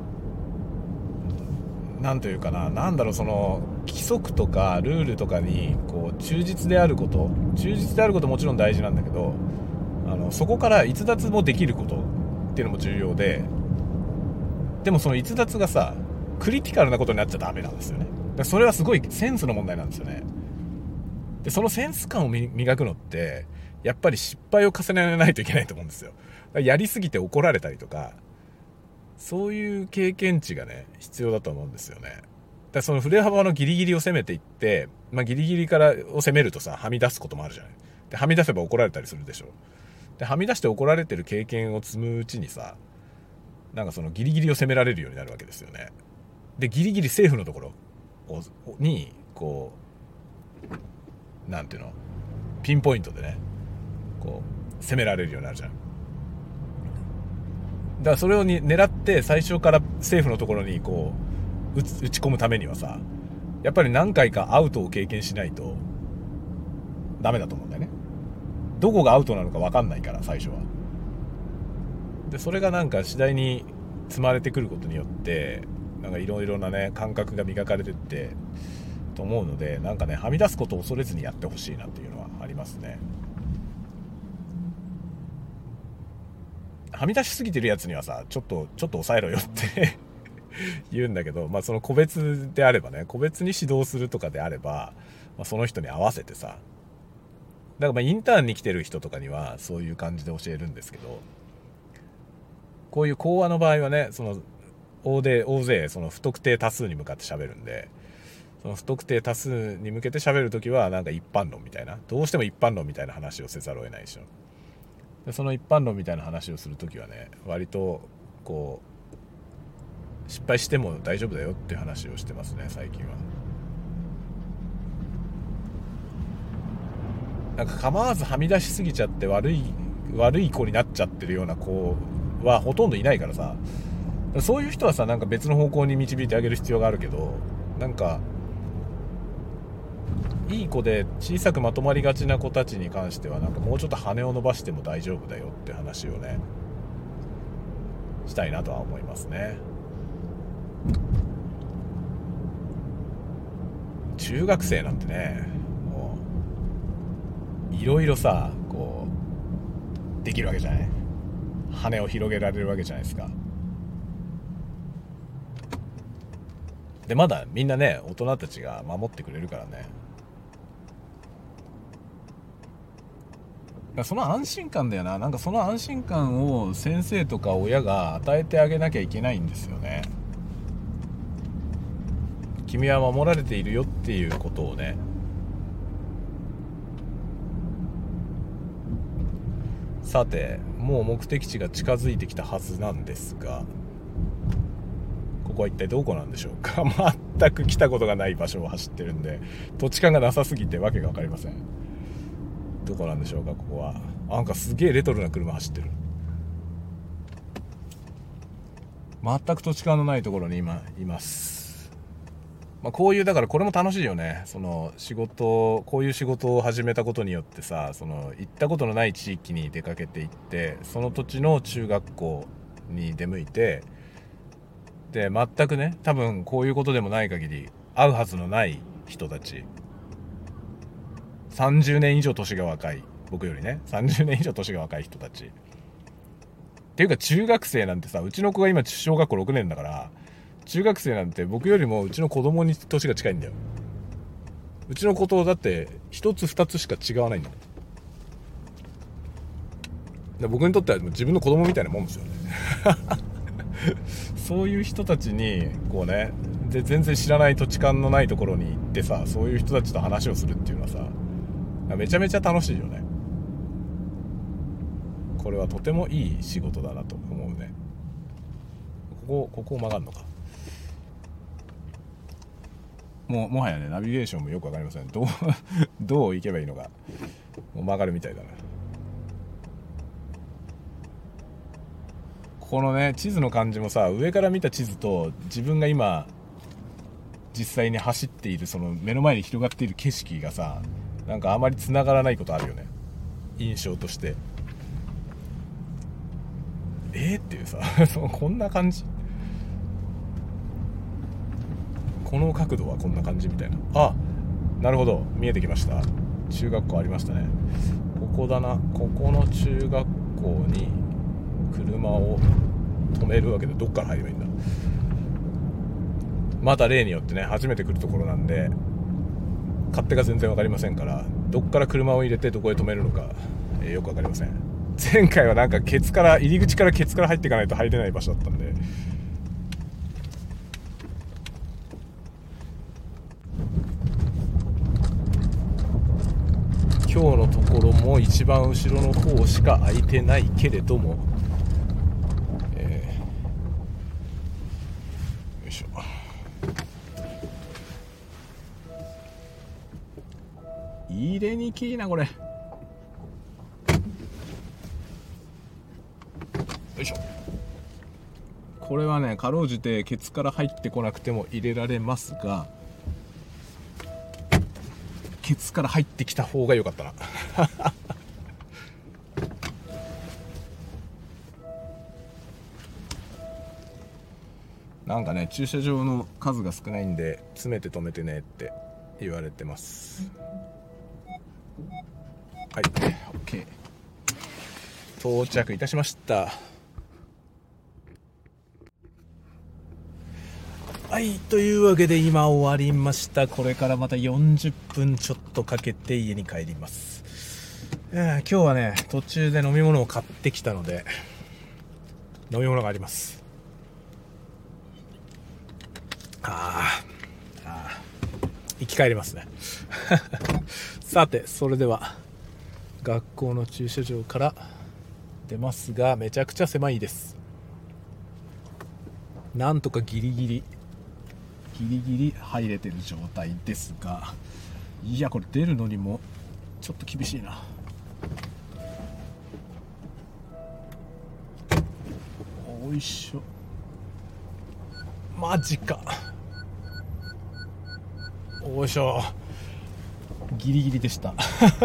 なんというかな、なんだろう、その規則とかルールとかにこう忠実であること、忠実であることもちろん大事なんだけど、あのそこから逸脱もできることっていうのも重要で、でもその逸脱がさ、クリティカルなことになっちゃダメなんですよね。だからそれはすごいセンスの問題なんですよね。でそのセンス感を磨くのってやっぱり失敗を重ねないといけないと思うんですよ。だからやりすぎて怒られたりとか、そういう経験値がね必要だと思うんですよね。だからその振れ幅のギリギリを攻めていって、まあ、ギリギリからを攻めるとさ、はみ出すこともあるじゃない。ではみ出せば怒られたりするでしょ。ではみ出して怒られてる経験を積むうちにさ、なんかそのギリギリを攻められるようになるわけですよね。でギリギリセーフのところにこう、なんていうの、ピンポイントでね、こう攻められるようになるじゃん。だからそれをに狙って最初からセーフのところにこう 打, 打ち込むためにはさ、やっぱり何回かアウトを経験しないとダメだと思うんだよね。どこがアウトなのか分かんないから最初は。でそれがなんか次第に積まれてくることによってなんかいろいろなね感覚が磨かれてってと思うので、なんかねはみ出すことを恐れずにやってほしいなっていうのはありますね。はみ出しすぎてるやつにはさ、ちょっとちょっと抑えろよって言うんだけど、まあその個別であればね、個別に指導するとかであれば、まあ、その人に合わせてさ、だからまあインターンに来てる人とかにはそういう感じで教えるんですけど、こういう講話の場合はね、その大勢大勢その不特定多数に向かって喋るんで、その不特定多数に向けて喋るときはなんか一般論みたいな、どうしても一般論みたいな話をせざるを得ないでしょ。でその一般論みたいな話をするときはね、割とこう失敗しても大丈夫だよっていう話をしてますね、最近は。なんか構わずはみ出しすぎちゃって悪い悪い子になっちゃってるような子はほとんどいないからさ、そういう人はさ、なんか別の方向に導いてあげる必要があるけど、なんかいい子で小さくまとまりがちな子たちに関しては、なんかもうちょっと羽を伸ばしても大丈夫だよって話をねしたいなとは思いますね。中学生なんてね、もういろいろさ、こうできるわけじゃない。羽を広げられるわけじゃないですか。でまだみんなね、大人たちが守ってくれるからね。その安心感だよな。なんかその安心感を先生とか親が与えてあげなきゃいけないんですよね。君は守られているよっていうことをね。さて、もう目的地が近づいてきたはずなんですが、ここは一体どこなんでしょうか。全く来たことがない場所を走ってるんで、土地勘がなさすぎてわけが分かりません。どこなんでしょうか、ここは。なんかすげえレトロな車走ってる。全く土地勘のないところに今います。まあ、こういうだからこれも楽しいよね。その仕事、こういう仕事を始めたことによってさ、その行ったことのない地域に出かけていって、その土地の中学校に出向いて、で全くね、多分こういうことでもない限り会うはずのない人たち、さんじゅうねん以上年が若い、僕よりねさんじゅうねん以上年が若い人たちっていうか、中学生なんてさ、うちの子が今小学校ろくねんだから、中学生なんて僕よりもうちの子供に年が近いんだよ。うちの子とだって一つ二つしか違わないんだ。で僕にとっては自分の子供みたいなもんですよね。そういう人たちにこうね、で全然知らない土地勘のないところに行ってさ、そういう人たちと話をするっていうのはさ、めちゃめちゃ楽しいよね。これはとてもいい仕事だなと思うね。ここここを曲がるのか。もうもはやね、ナビゲーションもよくわかりません。どうどう行けばいいのか。もう曲がるみたいだな。このね、地図の感じもさ、上から見た地図と自分が今実際に走っているその目の前に広がっている景色がさ、なんかあまり繋がらないことあるよね、印象として。えー、っていうさそうこんな感じ、この角度はこんな感じみたいな。あ、なるほど、見えてきました。中学校ありましたね。ここだな。ここの中学校に車を止めるわけで、どっから入ればいいんだ。また例によってね、初めて来るところなんで勝手が全然分かりませんから、どっから車を入れてどこへ止めるのか、えー、よく分かりません。前回はなんかケツから入り口からケツから入っていかないと入れない場所だったんで、今日のところも一番後ろの方しか空いてないけれども、えー、よいしょ。入れにきいなこれ。よいしょ。これはね、かろうじてケツから入ってこなくても入れられますが、ケツから入ってきた方が良かったな。なんかね、駐車場の数が少ないんで詰めて止めてねって言われてます。はい、 OK、 到着いたしました。はい、というわけで今終わりました。これからまたよんじゅっぷんちょっとかけて家に帰ります。えー、今日はね、途中で飲み物を買ってきたので、飲み物があります。 あーあー生き返りますねさてそれでは学校の駐車場から出ますが、めちゃくちゃ狭いです。なんとかギリギリギリギリ入れてる状態ですが、いやこれ出るのにもちょっと厳しいな。おいしょ、マジか。おいしょ、ギリギリでした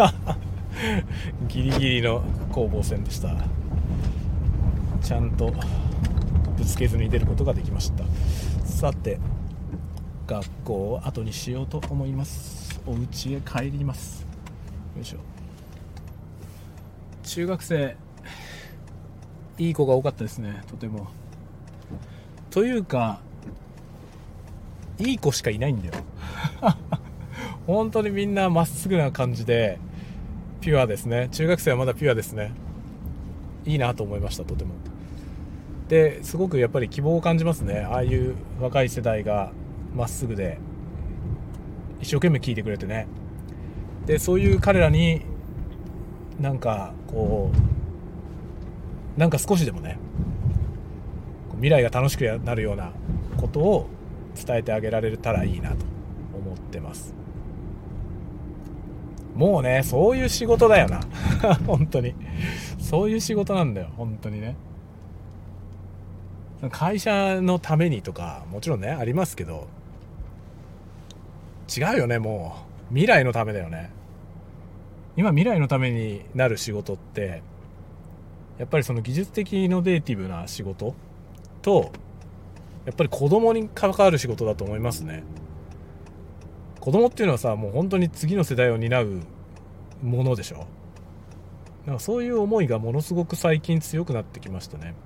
ギリギリの攻防戦でした。ちゃんとぶつけずに出ることができました。さて学校を後にしようと思います。お家へ帰ります。よいしょ。中学生いい子が多かったですね、とても。というかいい子しかいないんだよ本当にみんなまっすぐな感じでピュアですね。中学生はまだピュアですね。いいなと思いました、とても。ですごくやっぱり希望を感じますね。ああいう若い世代がまっすぐで一生懸命聞いてくれてね。でそういう彼らになんかこうなんか少しでもね未来が楽しくなるようなことを伝えてあげられたらいいなと思ってます。もうねそういう仕事だよな本当にそういう仕事なんだよ本当にね。会社のためにとかもちろんねありますけど、違うよね。もう未来のためだよね。今未来のためになる仕事ってやっぱりその技術的イノベーティブな仕事とやっぱり子供に関わる仕事だと思いますね。子供っていうのはさ、もう本当に次の世代を担うものでしょ。なんかそういう思いがものすごく最近強くなってきましたね。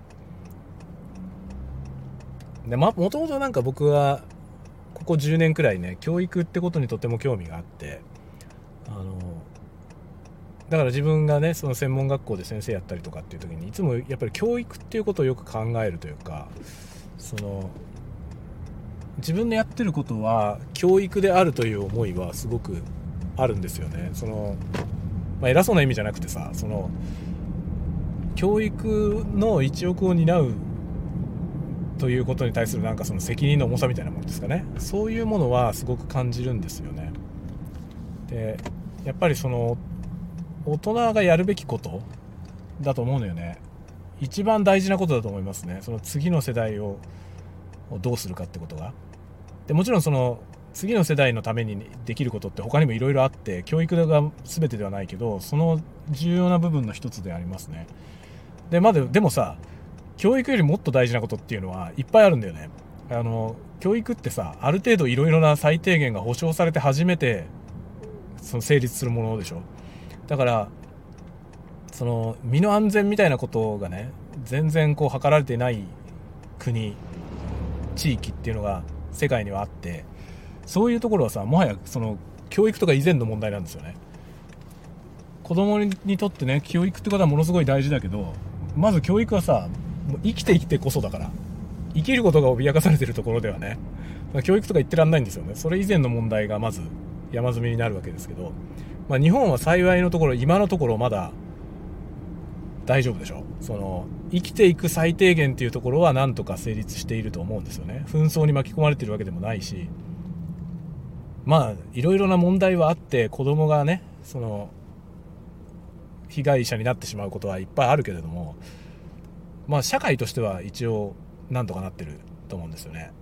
で、ま、もともとなんか僕はここじゅうねんくらいね教育ってことにとても興味があって、あのだから自分がねその専門学校で先生やったりとかっていう時にいつもやっぱり教育っていうことをよく考えるというか、その自分のやってることは教育であるという思いはすごくあるんですよね。その、まあ、偉そうな意味じゃなくてさ、その教育の一翼を担うということに対するなんかその責任の重さみたいなものですかね。そういうものはすごく感じるんですよね。でやっぱりその大人がやるべきことだと思うのよね。一番大事なことだと思いますね。その次の世代をどうするかってことが。でもちろんその次の世代のためにできることって他にもいろいろあって、教育が全てではないけどその重要な部分の一つでありますね。でまだでもさ、教育よりもっと大事なことっていうのはいっぱいあるんだよね。あの教育ってさ、ある程度いろいろな最低限が保障されて初めてその成立するものでしょ。だからその身の安全みたいなことがね全然こう図られていない国地域っていうのが世界にはあって、そういうところはさ、もはやその教育とか以前の問題なんですよね。子供にとってね教育ってことはものすごい大事だけど、まず教育はさもう生きてきてこそだから、生きることが脅かされてるところではね教育とか言ってらんないんですよね。それ以前の問題がまず山積みになるわけですけど、まあ、日本は幸いのところ今のところまだ大丈夫でしょ。その生きていく最低限っていうところはなんとか成立していると思うんですよね。紛争に巻き込まれてるわけでもないし、まあいろいろな問題はあって子供がねその被害者になってしまうことはいっぱいあるけれども、まあ社会としては一応なんとかなってると思うんですよね。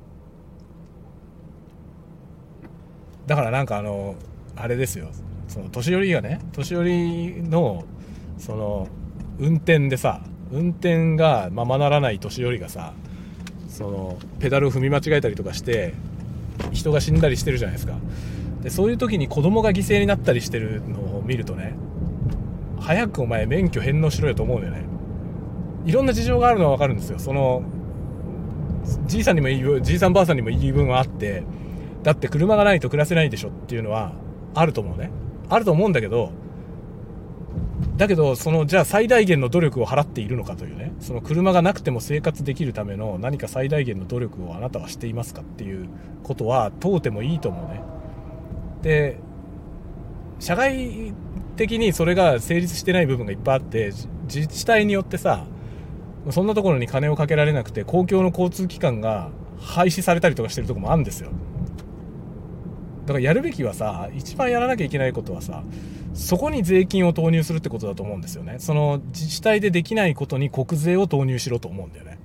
だからなんかあのあれですよ、その年寄りがね年寄りのその運転でさ、運転がままならない年寄りがさ、そのペダルを踏み間違えたりとかして人が死んだりしてるじゃないですか。でそういう時に子供が犠牲になったりしてるのを見るとね、早くお前免許返納しろよと思うのよね。いろんな事情があるのは分かるんですよ。そのじいさんにも言いじいさんばあさんにも言い分はあって、だって車がないと暮らせないでしょっていうのはあると思うね。あると思うんだけど、 だけどそのじゃあ最大限の努力を払っているのかというね、その車がなくても生活できるための何か最大限の努力をあなたはしていますかっていうことは問うてもいいと思うね。で社会的にそれが成立してない部分がいっぱいあって、自治体によってさそんなところに金をかけられなくて公共の交通機関が廃止されたりとかしてるところもあるんですよ。だからやるべきはさ、一番やらなきゃいけないことはさ、そこに税金を投入するってことだと思うんですよね。その自治体でできないことに国税を投入しろと思うんだよね。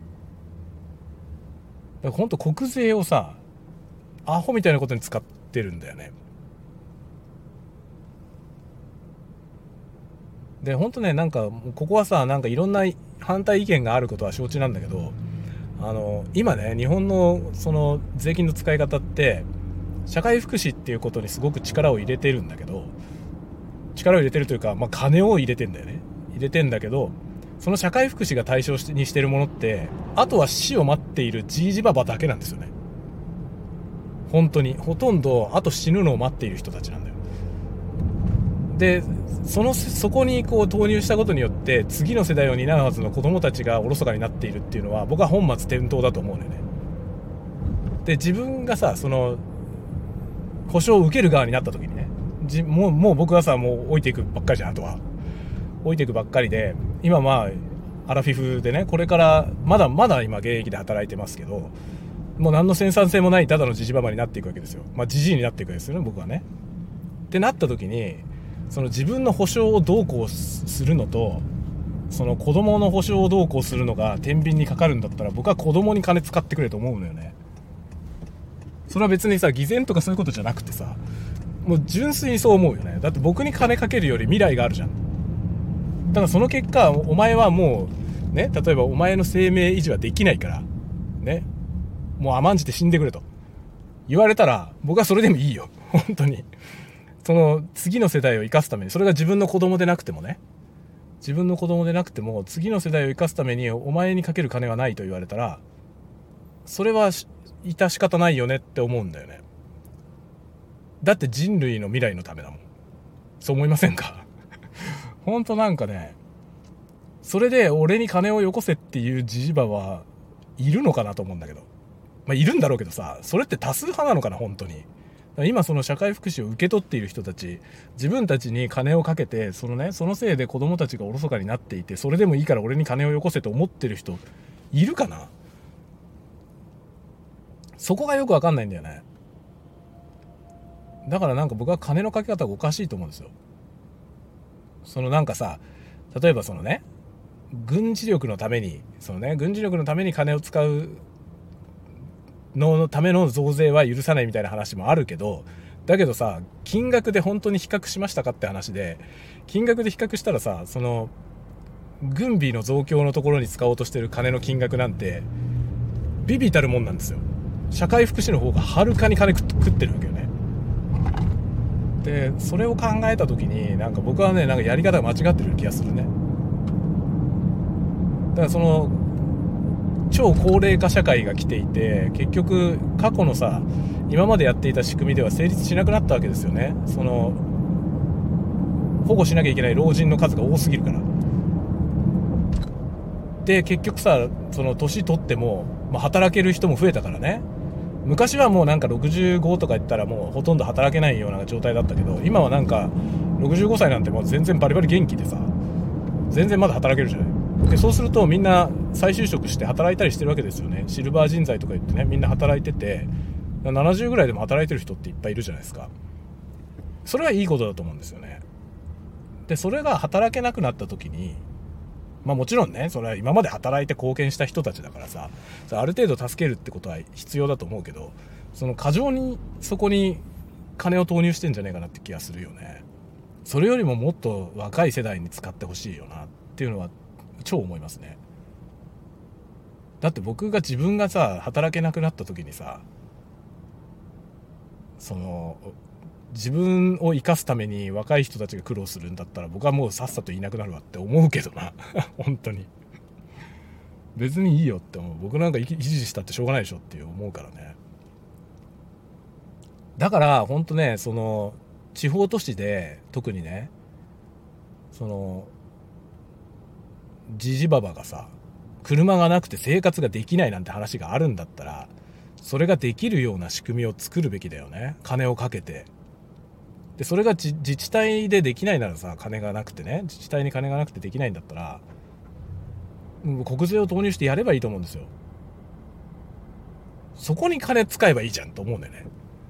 だからほんと国税をさアホみたいなことに使ってるんだよね。でほんとね、なんかここはさ、なんかいろんな反対意見があることは承知なんだけど、あの今ね日本のその税金の使い方って社会福祉っていうことにすごく力を入れてるんだけど、力を入れてるというか、まあ、金を入れてんだよね。入れてんだけど、その社会福祉が対象にしてるものって、あとは死を待っているじいじばばだけなんですよね。本当にほとんどあと死ぬのを待っている人たちなんだよ。でそのそこにこう投入したことによって次の世代を担うはずの子供たちがおろそかになっているっていうのは、僕は本末転倒だと思うんだよね。で自分がさその保証を受ける側になった時にね、じもう、もう僕はさもう置いていくばっかりじゃん。あとは置いていくばっかりで、今まあアラフィフでね、これからまだまだ今現役で働いてますけど、もう何の生産性もないただのジジババになっていくわけですよ。まあジジイになっていくわけですよね、僕はね。ってなった時に、その自分の保証をどうこうするのと、その子供の保証をどうこうするのが天秤にかかるんだったら、僕は子供に金使ってくれと思うのよね。それは別にさ偽善とかそういうことじゃなくてさ、もう純粋にそう思うよね。だって僕に金かけるより未来があるじゃん。だからその結果お前はもうね、例えばお前の生命維持はできないからね、もう甘んじて死んでくれと言われたら、僕はそれでもいいよ本当に。その次の世代を生かすために、それが自分の子供でなくてもね、自分の子供でなくても次の世代を生かすためにお前にかける金はないと言われたら、それは致し方ないよねって思うんだよね。だって人類の未来のためだもん。そう思いませんか本当なんかね、それで俺に金をよこせっていうジジバはいるのかなと思うんだけど、まあいるんだろうけどさ、それって多数派なのかな本当に。今その社会福祉を受け取っている人たち、自分たちに金をかけて、そのね、そのせいで子供たちがおろそかになっていて、それでもいいから俺に金をよこせと思ってる人いるかな。そこがよくわかんないんだよね。だからなんか僕は金のかけ方がおかしいと思うんですよ。そのなんかさ、例えばそのね、軍事力のためにそのね軍事力のために金を使うのための増税は許さないみたいな話もあるけど、だけどさ、金額で本当に比較しましたかって話で、金額で比較したらさ、その軍備の増強のところに使おうとしてる金の金額なんて微々たるもんなんですよ。社会福祉の方がはるかに金食ってるわけよね。でそれを考えた時に、なんか僕はね、なんかやり方が間違ってる気がするね。だからその超高齢化社会が来ていて、結局過去のさ今までやっていた仕組みでは成立しなくなったわけですよね。その保護しなきゃいけない老人の数が多すぎるから。で結局さ、その年取っても、まあ、働ける人も増えたからね。昔はもうなんかろくじゅうごとか言ったらもうほとんど働けないような状態だったけど、今はなんかろくじゅうごさいなんてもう全然バリバリ元気でさ、全然まだ働けるじゃない。でそうするとみんな再就職して働いたりしてるわけですよね。シルバー人材とか言ってね、みんな働いてて、ななじゅうぐらいでも働いてる人っていっぱいいるじゃないですか。それはいいことだと思うんですよね。でそれが働けなくなった時に、まあもちろんね、それは今まで働いて貢献した人たちだからさ、ある程度助けるってことは必要だと思うけど、その過剰にそこに金を投入してんじゃねえかなって気がするよね。それよりももっと若い世代に使ってほしいよなっていうのは超思いますね。だって僕が自分がさ働けなくなった時にさ、その自分を生かすために若い人たちが苦労するんだったら、僕はもうさっさといなくなるわって思うけどな本当に別にいいよって思う。僕なんか維持したってしょうがないでしょって思うからね。だから本当ね、その地方都市で特にね、 そのジジババがさ車がなくて生活ができないなんて話があるんだったら、それができるような仕組みを作るべきだよね。金をかけて。でそれが自治体でできないならさ、金がなくてね、自治体に金がなくてできないんだったら国税を投入してやればいいと思うんですよ。そこに金使えばいいじゃんと思うんだよね。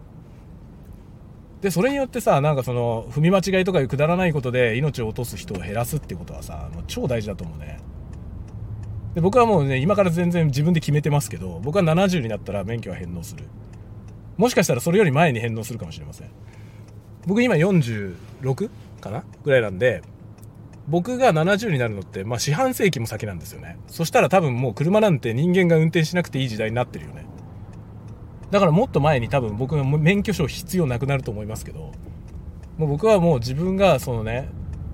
でそれによってさ、なんかその踏み間違いとかいうくだらないことで命を落とす人を減らすっていうことはさ、もう超大事だと思うね。で僕はもうね、今から全然自分で決めてますけど、僕はななじゅうになったら免許は返納する。もしかしたらそれより前に返納するかもしれません。僕今よんじゅうろくかなぐらいなんで、僕がななじゅうになるのって、まあ四半世紀も先なんですよね。そしたら多分もう車なんて人間が運転しなくていい時代になってるよね。だからもっと前に多分僕が免許証必要なくなると思いますけど、もう僕はもう自分がそのね、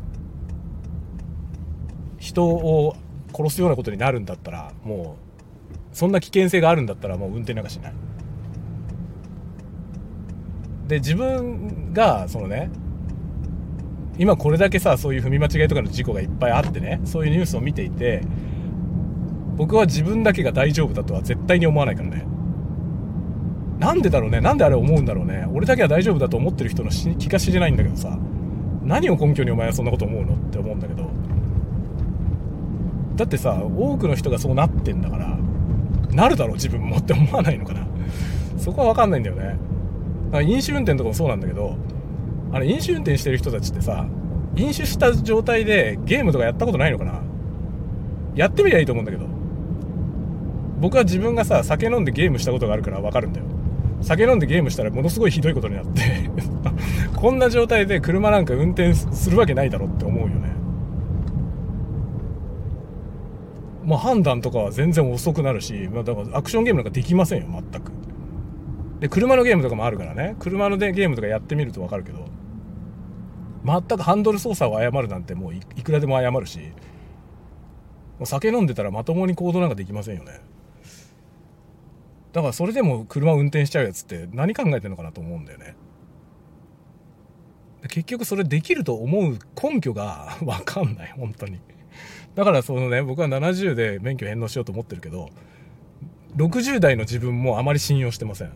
人を殺すようなことになるんだったら、もうそんな危険性があるんだったらもう運転なんかしない。で自分がそのね、今これだけさ、そういう踏み間違いとかの事故がいっぱいあってね、そういうニュースを見ていて、僕は自分だけが大丈夫だとは絶対に思わないからね。なんでだろうね、なんであれ思うんだろうね。俺だけは大丈夫だと思ってる人の気が知れないんだけどさ、何を根拠にお前はそんなこと思うのって思うんだけど、だってさ、多くの人がそうなってんだから、なるだろう自分もって思わないのかな。そこは分かんないんだよね。飲酒運転とかもそうなんだけど、あれ飲酒運転してる人たちってさ、飲酒した状態でゲームとかやったことないのかな。やってみりゃいいと思うんだけど、僕は自分がさ、酒飲んでゲームしたことがあるから分かるんだよ。酒飲んでゲームしたらものすごいひどいことになってこんな状態で車なんか運転するわけないだろって思うよね。まあ判断とかは全然遅くなるし、まあ、だからアクションゲームなんかできませんよ全く。で車のゲームとかもあるからね、車のゲームとかやってみると分かるけど、全くハンドル操作を誤るなんてもう い, いくらでも誤るし、もう酒飲んでたらまともに行動なんかできませんよね。だからそれでも車を運転しちゃうやつって何考えてるのかなと思うんだよね。結局それできると思う根拠が分かんない本当に。だからそのね、僕はななじゅうで免許返納しようと思ってるけど、ろくじゅう代の自分もあまり信用してません。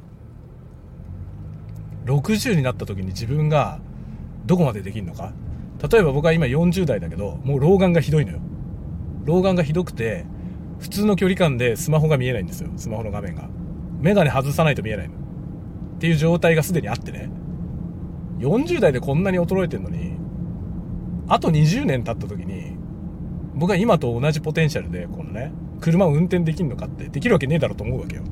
ろくじゅうになった時に自分がどこまでできるのか。例えば僕は今よんじゅう代だけど、もう老眼がひどいのよ。老眼がひどくて普通の距離感でスマホが見えないんですよ。スマホの画面が眼鏡外さないと見えないのっていう状態がすでにあってね、よんじゅう代でこんなに衰えてるのに、あとにじゅうねん経った時に僕は今と同じポテンシャルでこのね、車を運転できるのかって、できるわけねえだろうと思うわけよ。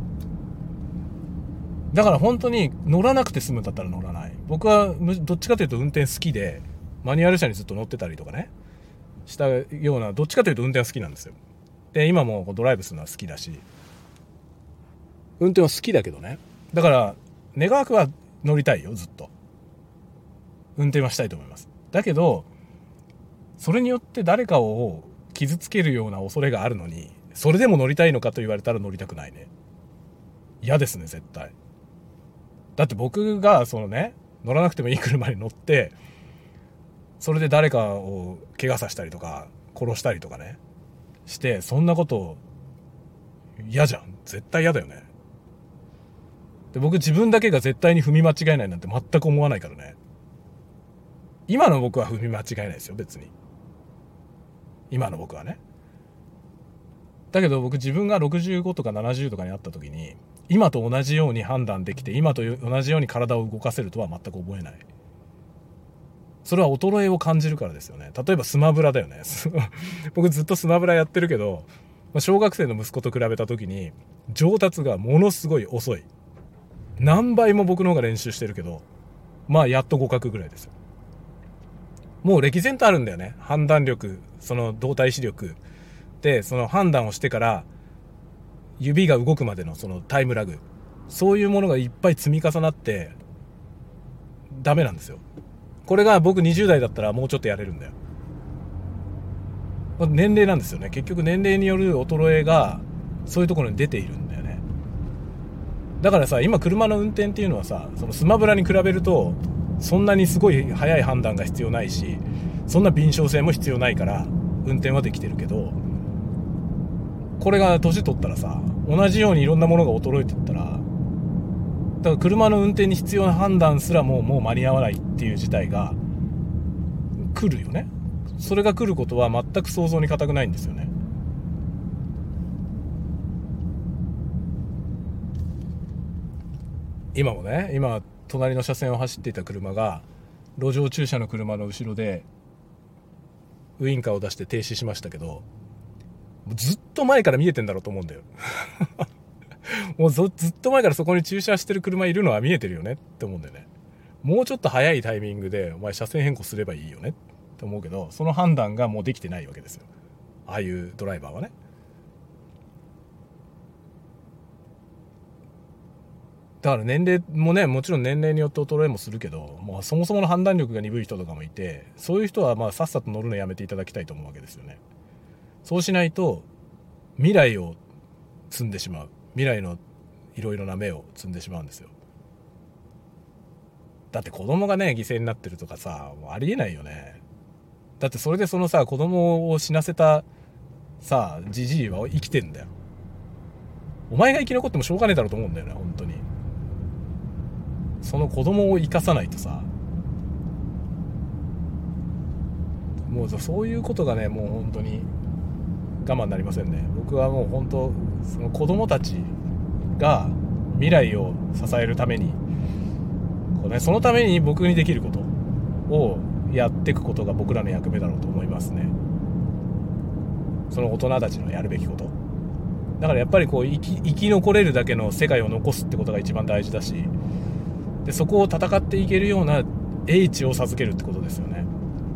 だから本当に乗らなくて済むんだったら乗らない。僕はどっちかというと運転好きで、マニュアル車にずっと乗ってたりとかねしたような、どっちかというと運転は好きなんですよ。で今もドライブするのは好きだし、運転は好きだけどね、だから願わくは乗りたいよ、ずっと運転はしたいと思います。だけどそれによって誰かを傷つけるような恐れがあるのに、それでも乗りたいのかと言われたら乗りたくないね。嫌ですね絶対。だって僕がそのね、乗らなくてもいい車に乗ってそれで誰かを怪我させたりとか殺したりとかねして、そんなこと嫌じゃん。絶対嫌だよね。で僕自分だけが絶対に踏み間違えないなんて全く思わないからね。今の僕は踏み間違えないですよ別に。今の僕はね。だけど僕自分がろくじゅうごとかななじゅうとかになった時に、今と同じように判断できて、今と同じように体を動かせるとは全く思えない。それは衰えを感じるからですよね。例えばスマブラだよね僕ずっとスマブラやってるけど、小学生の息子と比べた時に上達がものすごい遅い。何倍も僕の方が練習してるけど、まあやっと互角ぐらいですよ。もう歴然とあるんだよね。判断力、その動体視力で、その判断をしてから指が動くまでのそのタイムラグ、そういうものがいっぱい積み重なってダメなんですよ。これが僕にじゅう代だったらもうちょっとやれるんだよ。年齢なんですよね。結局年齢による衰えがそういうところに出ているんだよね。だからさ、今車の運転っていうのはさ、そのスマブラに比べるとそんなにすごい早い判断が必要ないし、 そんな敏捷性も必要ないから運転はできてるけど、これが年取ったらさ、同じようにいろんなものが衰えていったら、だから車の運転に必要な判断すらもうもう間に合わないっていう事態が来るよね。それが来ることは全く想像に難くないんですよね。今もね、今隣の車線を走っていた車が路上駐車の車の後ろでウインカーを出して停止しましたけど、ずっと前から見えてんだろうと思うんだよもうずっと前からそこに駐車してる車いるのは見えてるよねって思うんだよね。もうちょっと早いタイミングでお前車線変更すればいいよねって思うけど、その判断がもうできてないわけですよ、ああいうドライバーはね。だから年齢もね、もちろん年齢によって衰えもするけど、まあ、そもそもの判断力が鈍い人とかもいて、そういう人はまあさっさと乗るのやめていただきたいと思うわけですよね。そうしないと未来を積んでしまう、未来のいろいろな芽を積んでしまうんですよ。だって子供がね犠牲になってるとかさ、もうありえないよね。だってそれでそのさ子供を死なせたさじじいは生きてんだよ。お前が生き残ってもしょうがねえだろうと思うんだよね、本当に。その子供を生かさないとさ、もうそういうことがね、もう本当に我慢になりませんね。僕はもう本当その子供たちが未来を支えるためにこう、ね、そのために僕にできることをやっていくことが僕らの役目だろうと思いますね。その大人たちのやるべきことだから、やっぱりこう生き、生き残れるだけの世界を残すってことが一番大事だし、でそこを戦っていけるような英知を授けるってことですよね。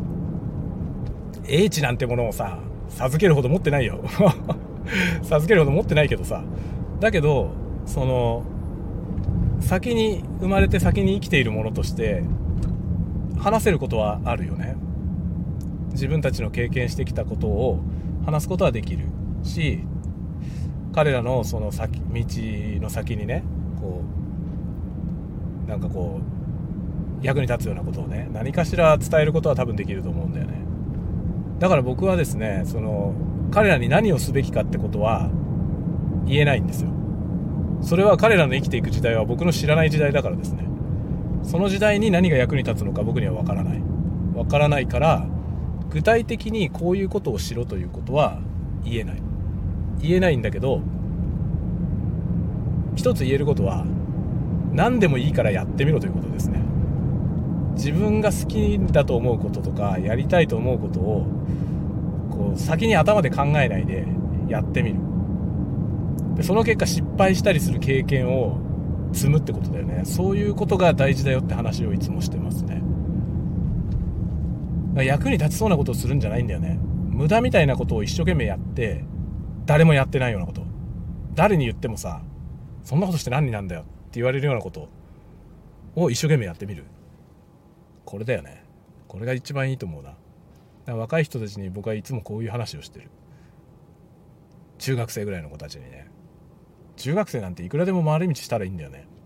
英知なんてものをさ授けるほど持ってないよ授けるほど持ってないけどさ、だけどその先に生まれて先に生きているものとして話せることはあるよね。自分たちの経験してきたことを話すことはできるし、彼らのその先道の先にね、こうなんかこう役に立つようなことをね、何かしら伝えることは多分できると思うんだよね。だから僕はですね、その彼らに何をすべきかってことは言えないんですよ。それは彼らの生きていく時代は僕の知らない時代だからですね。その時代に何が役に立つのか僕には分からない分からないから具体的にこういうことをしろということは言えない言えないんだけど、一つ言えることは何でもいいからやってみろということですね。自分が好きだと思うこととかやりたいと思うことをこう先に頭で考えないでやってみる。でその結果失敗したりする経験を積むってことだよね。そういうことが大事だよって話をいつもしてますね。役に立ちそうなことをするんじゃないんだよね。無駄みたいなことを一生懸命やって誰もやってないようなこと、誰に言ってもさそんなことして何になんだよって言われるようなことを一生懸命やってみる。これだよね。これが一番いいと思うな。だから若い人たちに僕はいつもこういう話をしてる。中学生ぐらいの子たちにね。中学生なんていくらでも回り道したらいいんだよね。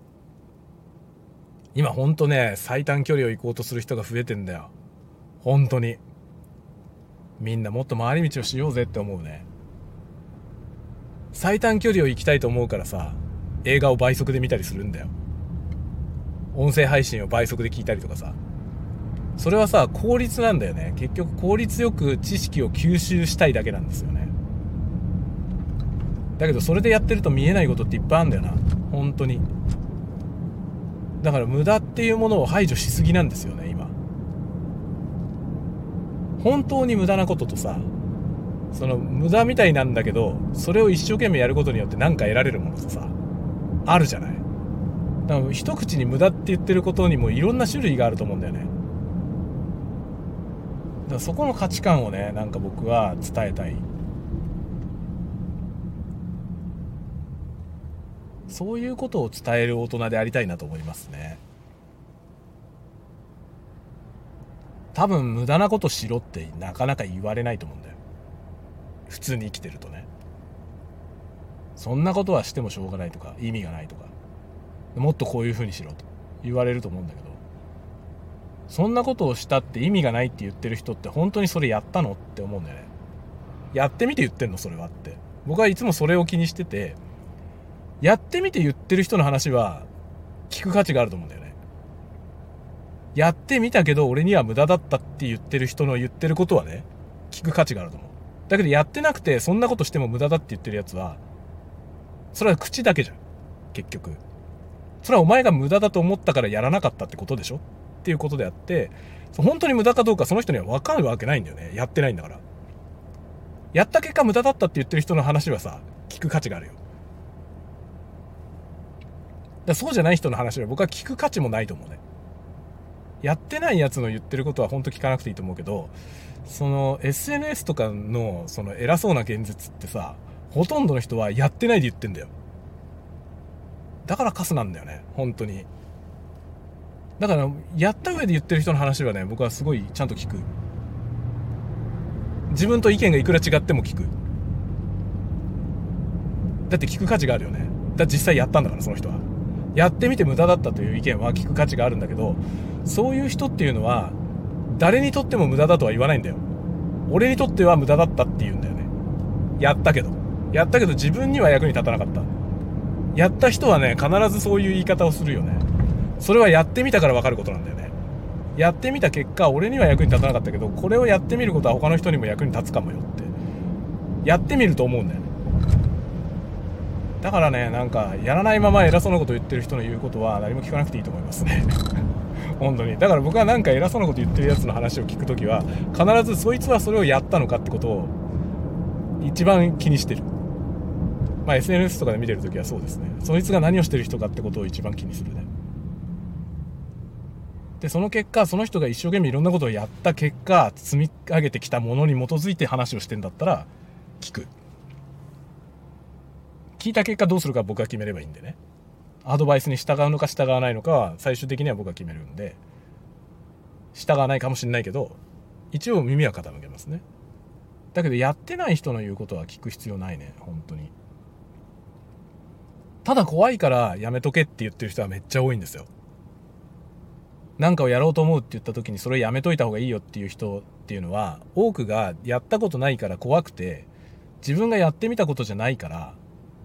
今ほんとね、最短距離を行こうとする人が増えてんだよ。本当にみんなもっと回り道をしようぜって思うね。最短距離を行きたいと思うからさ、映画を倍速で見たりするんだよ。音声配信を倍速で聞いたりとかさ、それはさ効率なんだよね。結局効率よく知識を吸収したいだけなんですよね。だけどそれでやってると見えないことっていっぱいあるんだよな、本当に。だから無駄っていうものを排除しすぎなんですよね今。本当に無駄なこととさ、その無駄みたいなんだけどそれを一生懸命やることによって何か得られるものとさあるじゃない。だから一口に無駄って言ってることにもいろんな種類があると思うんだよね。だからそこの価値観をね、なんか僕は伝えたい。そういうことを伝える大人でありたいなと思いますね。多分無駄なことしろってなかなか言われないと思うんだよ、普通に生きてるとね。そんなことはしてもしょうがないとか意味がないとか、もっとこういう風にしろと言われると思うんだけど、 そんなことをしたって意味がないって言ってる人って本当にそれやったのって思うんだよね。やってみて言ってんのそれはって。僕はいつもそれを気にしてて、やってみて言ってる人の話は聞く価値があると思うんだよね。やってみたけど俺には無駄だったって言ってる人の言ってることはね、聞く価値があると思う。だけどやってなくてそんなことしても無駄だって言ってるやつは、それは口だけじゃん結局。それはお前が無駄だと思ったからやらなかったってことでしょっていうことであって、本当に無駄かどうかその人には分かるわけないんだよね。やってないんだから。やった結果無駄だったって言ってる人の話はさ、聞く価値があるよ。だそうじゃない人の話は僕は聞く価値もないと思うね。やってないやつの言ってることは本当聞かなくていいと思うけど、その エスエヌエス とかのその偉そうな言説ってさ、ほとんどの人はやってないで言ってんだよ。だからカスなんだよね本当に。だからやった上で言ってる人の話はね、僕はすごいちゃんと聞く。自分と意見がいくら違っても聞く。だって聞く価値があるよね。だって実際やったんだからその人は。やってみて無駄だったという意見は聞く価値があるんだけど、そういう人っていうのは誰にとっても無駄だとは言わないんだよ。俺にとっては無駄だったって言うんだよね。やったけどやったけど自分には役に立たなかった。やった人はね、必ずそういう言い方をするよね。それはやってみたから分かることなんだよね。やってみた結果俺には役に立たなかったけど、これをやってみることは他の人にも役に立つかもよってやってみると思うんだよね。だからね、なんかやらないまま偉そうなこと言ってる人の言うことは何も聞かなくていいと思いますね本当に。だから僕はなんか偉そうなこと言ってるやつの話を聞くときは、必ずそいつはそれをやったのかってことを一番気にしてる。まあ エスエヌエス とかで見てるときはそうですね。そいつが何をしてる人かってことを一番気にするね。でその結果、その人が一生懸命いろんなことをやった結果積み上げてきたものに基づいて話をしてんだったら聞く。聞いた結果どうするか僕が決めればいいんでね。アドバイスに従うのか従わないのかは最終的には僕が決めるんで、従わないかもしれないけど一応耳は傾けますね。だけどやってない人の言うことは聞く必要ないね本当に。ただ怖いからやめとけって言ってる人はめっちゃ多いんですよ。なんかをやろうと思うって言った時にそれやめといた方がいいよっていう人っていうのは、多くがやったことないから怖くて、自分がやってみたことじゃないから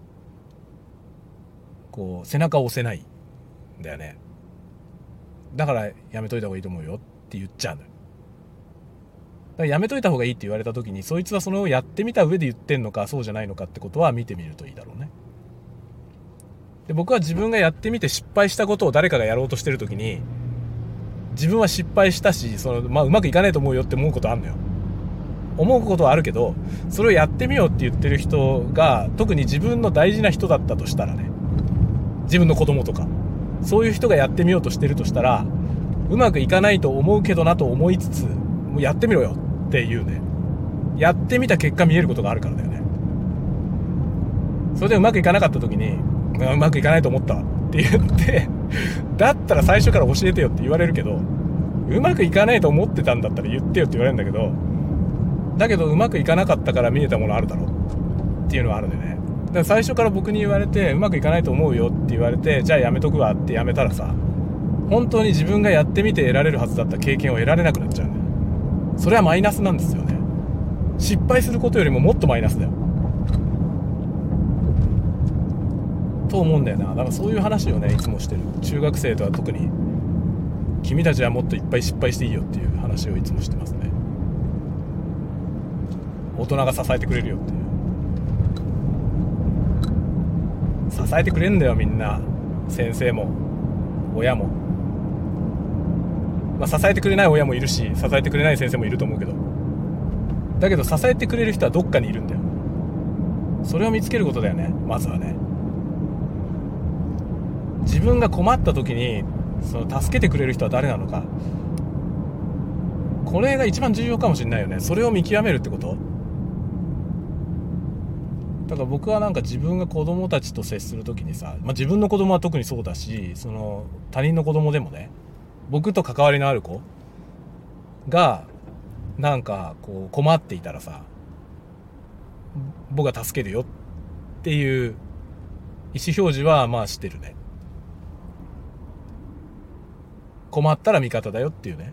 こう背中を押せないんだよね。だからやめといた方がいいと思うよって言っちゃうのよ。だからやめといた方がいいって言われた時に、そいつはそれをやってみた上で言ってんのかそうじゃないのかってことは見てみるといいだろうね。で僕は自分がやってみて失敗したことを誰かがやろうとしてる時に、自分は失敗したし、その、まあ、うまくいかないと思うよって思うことあるのよ。思うことはあるけど、それをやってみようって言ってる人が特に自分の大事な人だったとしたらね、自分の子供とかそういう人がやってみようとしてるとしたら、うまくいかないと思うけどなと思いつつ、もうやってみろよっていうね。やってみた結果見えることがあるからだよね。それでうまくいかなかった時に、うまくいかないと思ったわって言ってだったら最初から教えてよって言われるけど、うまくいかないと思ってたんだったら言ってよって言われるんだけど、だけどうまくいかなかったから見えたものあるだろっていうのはあるんでね。だから最初から僕に言われて、うまくいかないと思うよって言われて、じゃあやめとくわってやめたらさ、本当に自分がやってみて得られるはずだった経験を得られなくなっちゃうね。それはマイナスなんですよね。失敗することよりももっとマイナスだよと思うんだよな。だからそういう話をねいつもしてる。中学生とは特に、君たちはもっといっぱい失敗していいよっていう話をいつもしてますね。大人が支えてくれるよっていう。支えてくれんだよみんな。先生も親も、まあ、支えてくれない親もいるし、支えてくれない先生もいると思うけど、だけど支えてくれる人はどっかにいるんだよ。それを見つけることだよねまずはね。自分が困った時にその助けてくれる人は誰なのか、これが一番重要かもしれないよね。それを見極めるってこと。だから僕はなんか自分が子供たちと接する時にさ、まあ、自分の子供は特にそうだし、その他人の子供でもね、僕と関わりのある子がなんかこう困っていたらさ、僕が助けるよっていう意思表示はまあしてるね。 困ったら味方だよっていうね。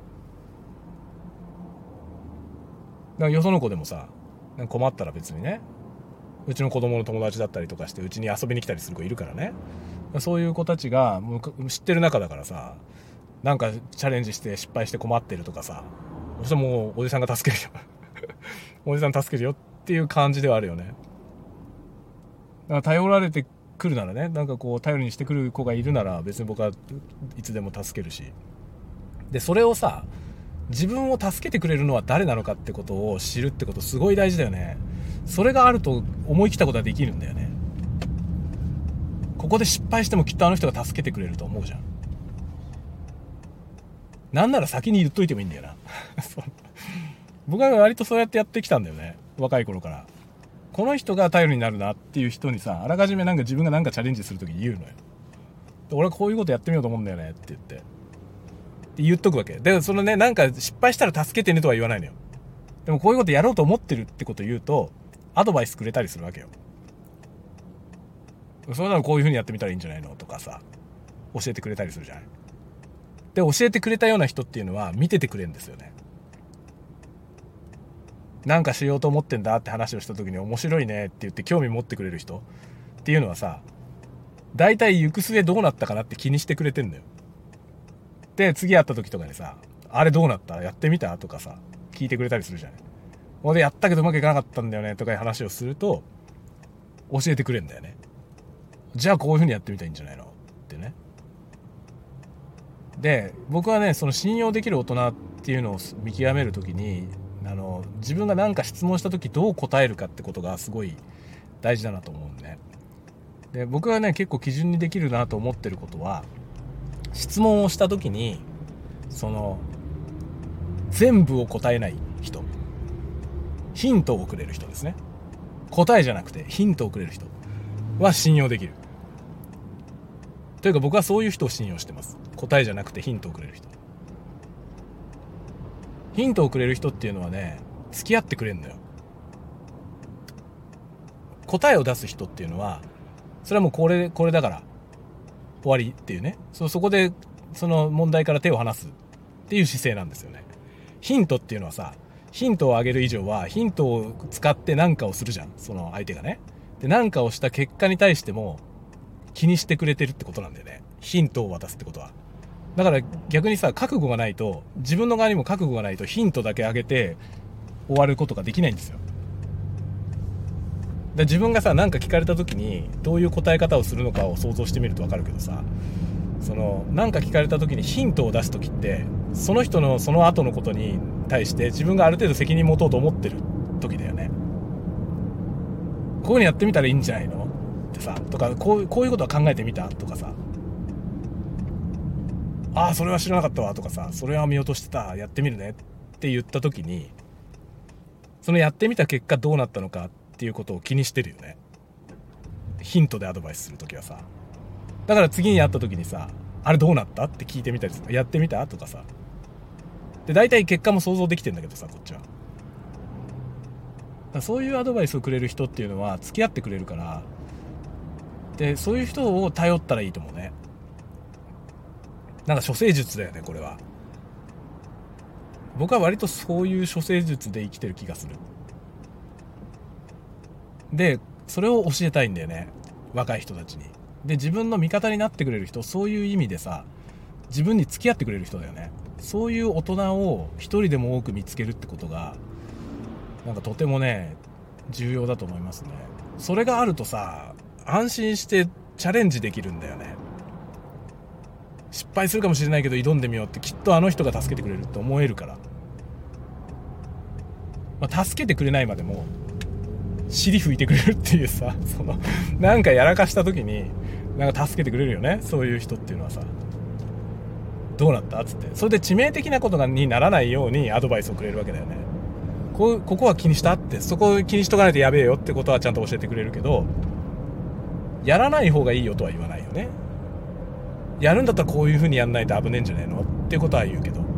だからよその子でもさ、困ったら別にね、うちの子供の友達だったりとかしてうちに遊びに来たりする子いるからね。そういう子たちが知ってる中だからさ、なんかチャレンジして失敗して困ってるとかさ、そしたらもうおじさんが助けるよおじさん助けるよっていう感じではあるよね。だから頼られてくるならね、なんかこう頼りにしてくる子がいるなら別に僕はいつでも助けるし、でそれをさ、自分を助けてくれるのは誰なのかってことを知るってことすごい大事だよね。それがあると思い切ったことはできるんだよね。ここで失敗してもきっとあの人が助けてくれると思うじゃん。なんなら先に言っといてもいいんだよな僕は割とそうやってやってきたんだよね、若い頃から。この人が頼りになるなっていう人にさ、あらかじめなんか自分がなんかチャレンジするときに言うのよ。俺はこういうことやってみようと思うんだよねって言ってって言っとくわけで、そのね、なんか失敗したら助けてねとは言わないのよ。でもこういうことやろうと思ってるってことを言うとアドバイスくれたりするわけよ。それならこういう風にやってみたらいいんじゃないのとかさ、教えてくれたりするじゃない。で教えてくれたような人っていうのは見ててくれるんですよね。なんかしようと思ってんだって話をした時に面白いねって言って興味持ってくれる人っていうのはさ、大体行く末どうなったかなって気にしてくれてんだよ。で次会った時とかにさ、あれどうなった？やってみた？とかさ聞いてくれたりするじゃない。俺やったけどうまくいかなかったんだよねとかいう話をすると教えてくれるんだよね。じゃあこういう風にやってみたらいいんじゃないのってね。で僕はね、その信用できる大人っていうのを見極めるときに、あの自分が何か質問した時どう答えるかってことがすごい大事だなと思うんね。で僕はね結構基準にできるなと思ってることは、質問をした時にその全部を答えない人、ヒントをくれる人ですね。答えじゃなくてヒントをくれる人は信用できるというか、僕はそういう人を信用してます。答えじゃなくてヒントをくれる人。ヒントをくれる人っていうのはね、付き合ってくれるんだよ。答えを出す人っていうのは、それはもうこれこれだから終わりっていうね、 そ, そこでその問題から手を離すっていう姿勢なんですよね。ヒントっていうのはさ、ヒントをあげる以上はヒントを使って何かをするじゃん、その相手がね。で何かをした結果に対しても気にしてくれてるってことなんだよね、ヒントを渡すってことは。だから逆にさ、覚悟がないと、自分の側にも覚悟がないとヒントだけあげて終わることができないんですよ。で自分がさ、何か聞かれた時にどういう答え方をするのかを想像してみると分かるけどさ、その何か聞かれた時にヒントを出す時って、その人のその後のことに対して自分がある程度責任持とうと思ってる時だよね。こういうのやってみたらいいんじゃないのってさ、とかこう、こういうことは考えてみたとかさ、ああそれは知らなかったわとかさ、それは見落としてた、やってみるねって言った時に、そのやってみた結果どうなったのかっていうことを気にしてるよね、ヒントでアドバイスするときはさ。だから次に会った時にさ、あれどうなったって聞いてみたりする、やってみたとかさ。で大体結果も想像できてんだけどさ、こっちは。だからそういうアドバイスをくれる人っていうのは付き合ってくれるから、でそういう人を頼ったらいいと思うね。なんか処世術だよね、これは。僕は割とそういう処世術で生きてる気がする。でそれを教えたいんだよね、若い人たちに。で自分の味方になってくれる人、そういう意味でさ、自分に付き合ってくれる人だよね。そういう大人を一人でも多く見つけるってことがなんかとてもね重要だと思いますね。それがあるとさ、安心してチャレンジできるんだよね。失敗するかもしれないけど挑んでみようって、きっとあの人が助けてくれるって思えるから、まあ、助けてくれないまでも尻拭いてくれるっていうさ、そのなんかやらかした時になんか助けてくれるよね、そういう人っていうのはさ。どうなったっつって、それで致命的なことにならないようにアドバイスをくれるわけだよね。こ, ここは気にしたって、そこを気にしとかないとやべえよってことはちゃんと教えてくれるけど、やらない方がいいよとは言わないよね。やるんだったらこういう風にやんないと危ねえんじゃねえのっていうことは言うけど、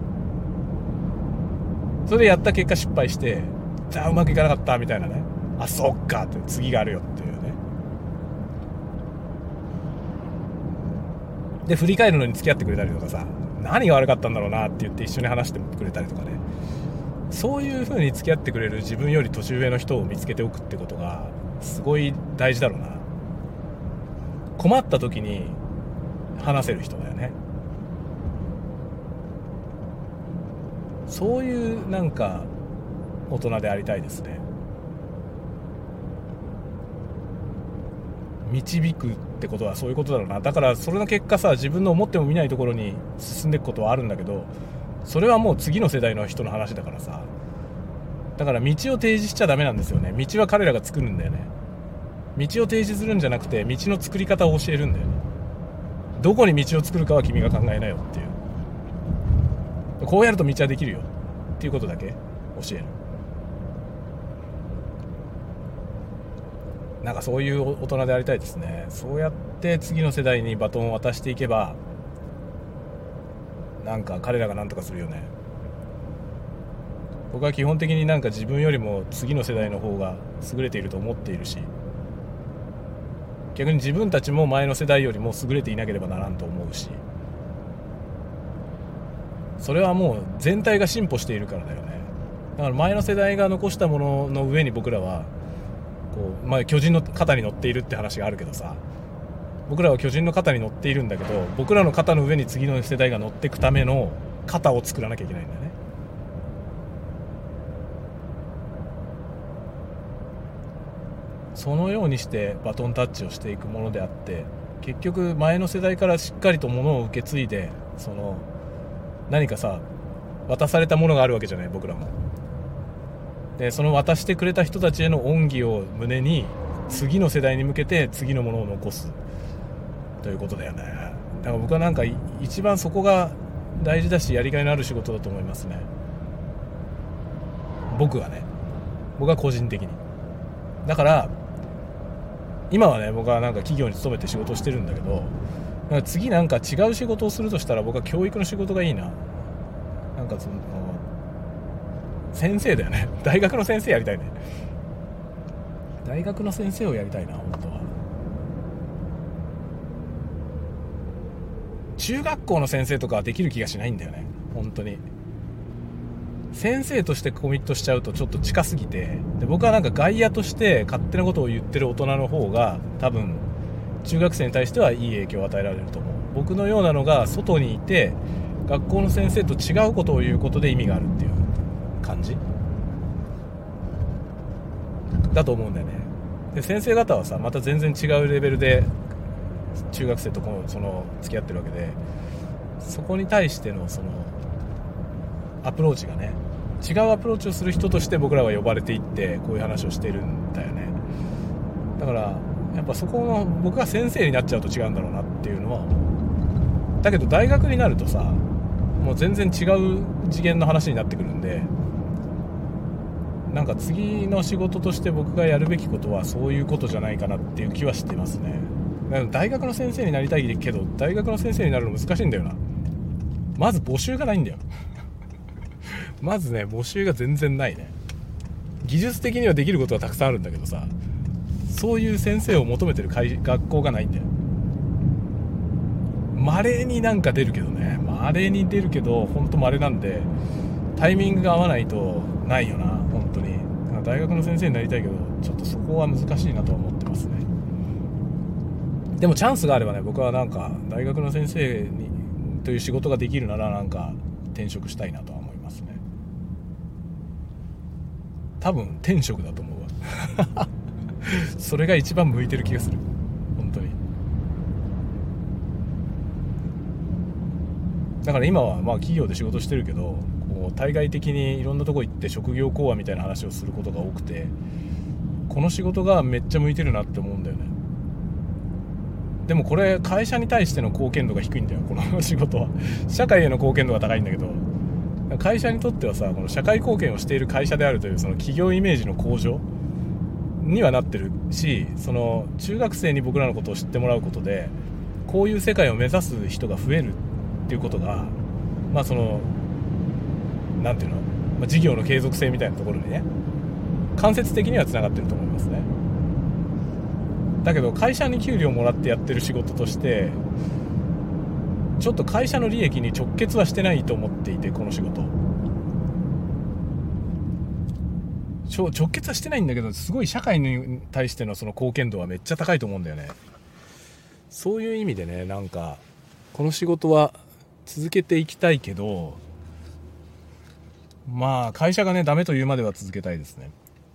それでやった結果失敗して、じゃあうまくいかなかったみたいなね、あそっかって次があるよっていうね。で振り返るのに付き合ってくれたりとかさ、 何が悪かったんだろうなって言って一緒に話してくれたりとかね、そういう風に付き合ってくれる自分より年上の人を見つけておくってことがすごい大事だろうな。困った時に話せる人だよね。そういうなんか大人でありたいですね。導くってことはそういうことだろうな。だからそれの結果さ、自分の思っても見ないところに進んでいくことはあるんだけど、それはもう次の世代の人の話だからさ。だから道を提示しちゃダメなんですよね。道は彼らが作るんだよね。道を提示するんじゃなくて道の作り方を教えるんだよね。どこに道を作るかは君が考えなよっていう、こうやると道はできるよっていうことだけ教える。なんかそういう大人でありたいですね。そうやって次の世代にバトンを渡していけば、なんか彼らが何とかするよね。僕は基本的になんか自分よりも次の世代の方が優れていると思っているし、逆に自分たちも前の世代よりも優れていなければならんと思うし、それはもう全体が進歩しているからだよね。だから前の世代が残したものの上に僕らはこう、まあ、巨人の肩に乗っているって話があるけどさ、僕らは巨人の肩に乗っているんだけど、僕らの肩の上に次の世代が乗っていくための肩を作らなきゃいけないんだよね。そのようにしてバトンタッチをしていくものであって、結局前の世代からしっかりとものを受け継いで、その何かさ渡されたものがあるわけじゃない、僕らも。でその渡してくれた人たちへの恩義を胸に次の世代に向けて次のものを残すということだよね。だから僕はなんか一番そこが大事だし、やりがいのある仕事だと思いますね。僕はね僕は個人的に。だから今はね、僕はなんか企業に勤めて仕事をしてるんだけど、なんか次なんか違う仕事をするとしたら僕は教育の仕事がいいな。なんかその先生だよね。大学の先生やりたいね。大学の先生をやりたいな、本当は。中学校の先生とかはできる気がしないんだよね、本当に。先生としてコミットしちゃうとちょっと近すぎて、で僕はなんか外野として勝手なことを言ってる大人の方が多分中学生に対してはいい影響を与えられると思う。僕のようなのが外にいて学校の先生と違うことを言うことで意味があるっていう感じだと思うんだよね。で先生方はさ、また全然違うレベルで中学生とこのその付き合ってるわけで、そこに対してのそのアプローチがね、違うアプローチをする人として僕らは呼ばれていってこういう話をしてるんだよね。だからやっぱそこの僕が先生になっちゃうと違うんだろうなっていうのは思う。だけど大学になるとさ、もう全然違う次元の話になってくるんで、なんか次の仕事として僕がやるべきことはそういうことじゃないかなっていう気はしてますね。だから大学の先生になりたいけど大学の先生になるの難しいんだよな。まず募集がないんだよまずね募集が全然ないね。技術的にはできることはたくさんあるんだけどさ、そういう先生を求めてる学校がないんだよ。稀になんか出るけどね、稀に出るけど本当稀なんで、タイミングが合わないとないよな本当に。大学の先生になりたいけどちょっとそこは難しいなとは思ってますね。でもチャンスがあればね、僕はなんか大学の先生にという仕事ができるならなんか転職したいなとは思いますね。多分転職だと思うわそれが一番向いてる気がする本当に。だから今はまあ企業で仕事してるけど、こう対外的にいろんなとこ行って職業講話みたいな話をすることが多くて、この仕事がめっちゃ向いてるなって思うんだよね。でもこれ会社に対しての貢献度が低いんだよこの仕事は。社会への貢献度が高いんだけど、会社にとってはさ、この社会貢献をしている会社であるというその企業イメージの向上にはなってるし、その中学生に僕らのことを知ってもらうことでこういう世界を目指す人が増えるっていうことが、まあそのなんていうの、まあ、事業の継続性みたいなところにね間接的にはつながってると思いますね。だけど会社に給料もらってやってる仕事としてちょっと会社の利益に直結はしてないと思っていて、この仕事直結はしてないんだけど、すごい社会に対してのその貢献度はめっちゃ高いと思うんだよね。そういう意味でね、なんかこの仕事は続けていきたいけど、まあ会社がねダメというまでは続けたいですね。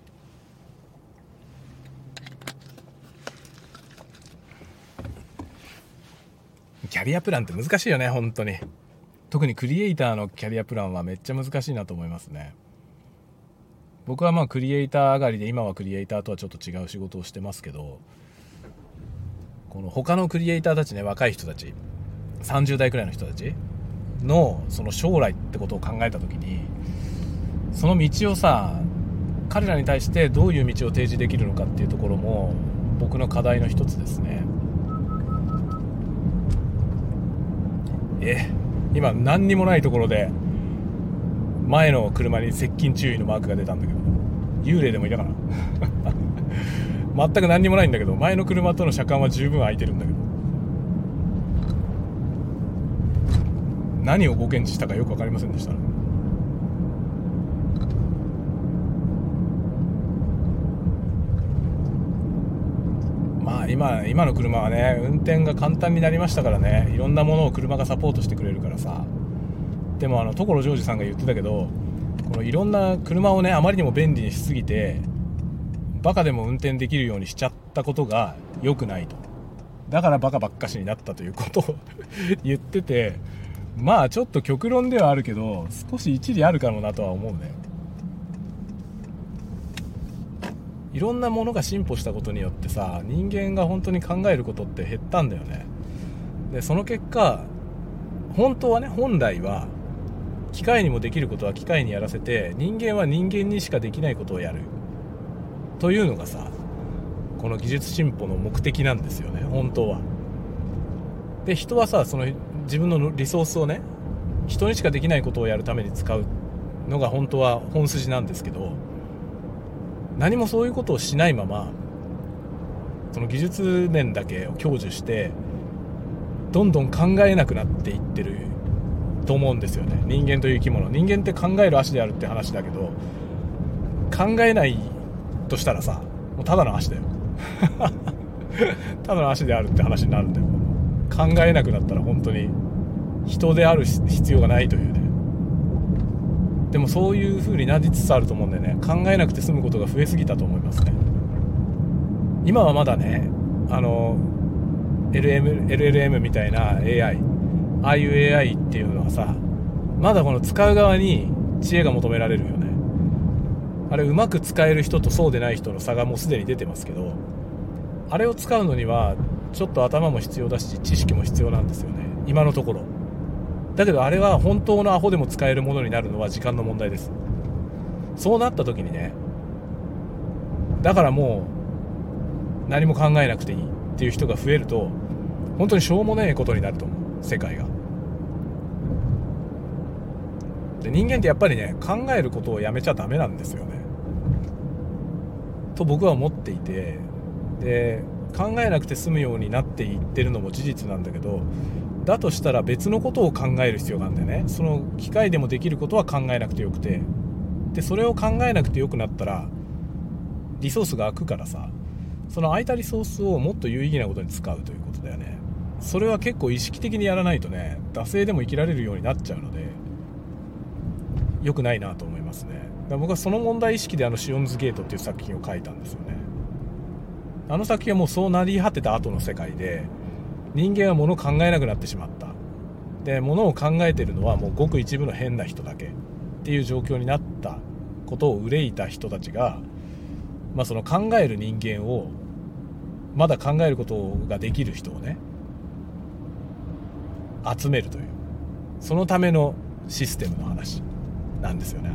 キャリアプランって難しいよね、本当に。特にクリエイターのキャリアプランはめっちゃ難しいなと思いますね。僕はまあクリエイター上がりで、今はクリエイターとはちょっと違う仕事をしてますけど、この他のクリエイターたちね、若い人たち、さんじゅう代くらいの人たちのその将来ってことを考えた時に、その道をさ、彼らに対してどういう道を提示できるのかっていうところも僕の課題の一つですね。え今何にもないところで前の車に接近注意のマークが出たんだけど、幽霊でもいたかな全く何にもないんだけど、前の車との車間は十分空いてるんだけど、何をご検知したかよく分かりませんでした。まあ今今の車はね、運転が簡単になりましたからね、いろんなものを車がサポートしてくれるからさ。でもあの所ジョージさんが言ってたけど、このいろんな車をねあまりにも便利にしすぎてバカでも運転できるようにしちゃったことが良くないと。だからバカばっかしになったということを言ってて、まあちょっと極論ではあるけど少し一理あるかもなとは思うね。いろんなものが進歩したことによってさ、人間が本当に考えることって減ったんだよね。でその結果、本当はね、本来は機械にもできることは機械にやらせて、人間は人間にしかできないことをやるというのがさ、この技術進歩の目的なんですよね、本当は。で人はさ、その自分のリソースをね、人にしかできないことをやるために使うのが本当は本筋なんですけど、何もそういうことをしないまま、その技術面だけを享受してどんどん考えなくなっていってると思うんですよね。人間という生き物、人間って考える足であるって話だけど、考えないとしたらさ、もうただの足だよただの足であるって話になるんだよ。考えなくなったら本当に人である必要がないというね。でもそういう風になりつつあると思うんだよね。考えなくて済むことが増えすぎたと思いますね。今はまだね、あの エルエム エルエルエム みたいな エーアイ、ああいう エーアイ っていうのはさ、まだこの使う側に知恵が求められるよね。あれうまく使える人とそうでない人の差がもうすでに出てますけど、あれを使うのにはちょっと頭も必要だし知識も必要なんですよね、今のところ。だけどあれは本当のアホでも使えるものになるのは時間の問題です。そうなった時にね、だからもう何も考えなくていいっていう人が増えると、本当にしょうもないことになると思う、世界が。で人間ってやっぱりね、考えることをやめちゃダメなんですよねと僕は思っていて、で考えなくて済むようになっていってるのも事実なんだけど、だとしたら別のことを考える必要があるんだよね。その機械でもできることは考えなくてよくて、でそれを考えなくてよくなったらリソースが空くからさ、その空いたリソースをもっと有意義なことに使うということだよね。それは結構意識的にやらないとね、惰性でも生きられるようになっちゃうので良くないなと思いますね。だから僕はその問題意識であのシオンズゲートっていう作品を書いたんですよね。あの作品はもうそうなり果てた後の世界で、人間は物を考えなくなってしまった。で物を考えてるのはもうごく一部の変な人だけっていう状況になったことを憂いた人たちが、まあ、その考える人間を、まだ考えることができる人をね集めるという、そのためのシステムの話なんですよね。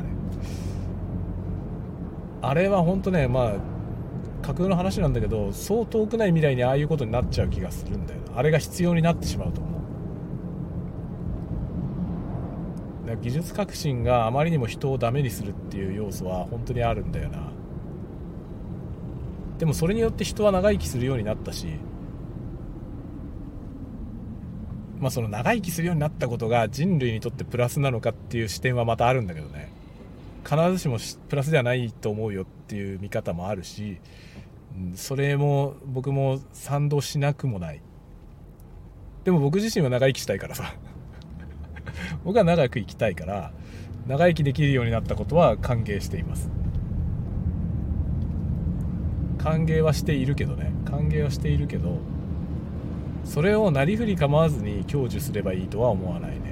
あれあれは本当ね、まあ架空の話なんだけど、そう遠くない未来にああいうことになっちゃう気がするんだよな。あれが必要になってしまうと思う。だから技術革新があまりにも人をダメにするっていう要素は本当にあるんだよな。でもそれによって人は長生きするようになったし、 まあその長生きするようになったことが人類にとってプラスなのかっていう視点はまたあるんだけどね。必ずしもプラスではないと思うよっていう見方もあるし、それも僕も賛同しなくもない。でも僕自身は長生きしたいからさ僕は長く生きたいから、長生きできるようになったことは歓迎しています。歓迎はしているけどね歓迎はしているけど、それをなりふり構わずに享受すればいいとは思わないね。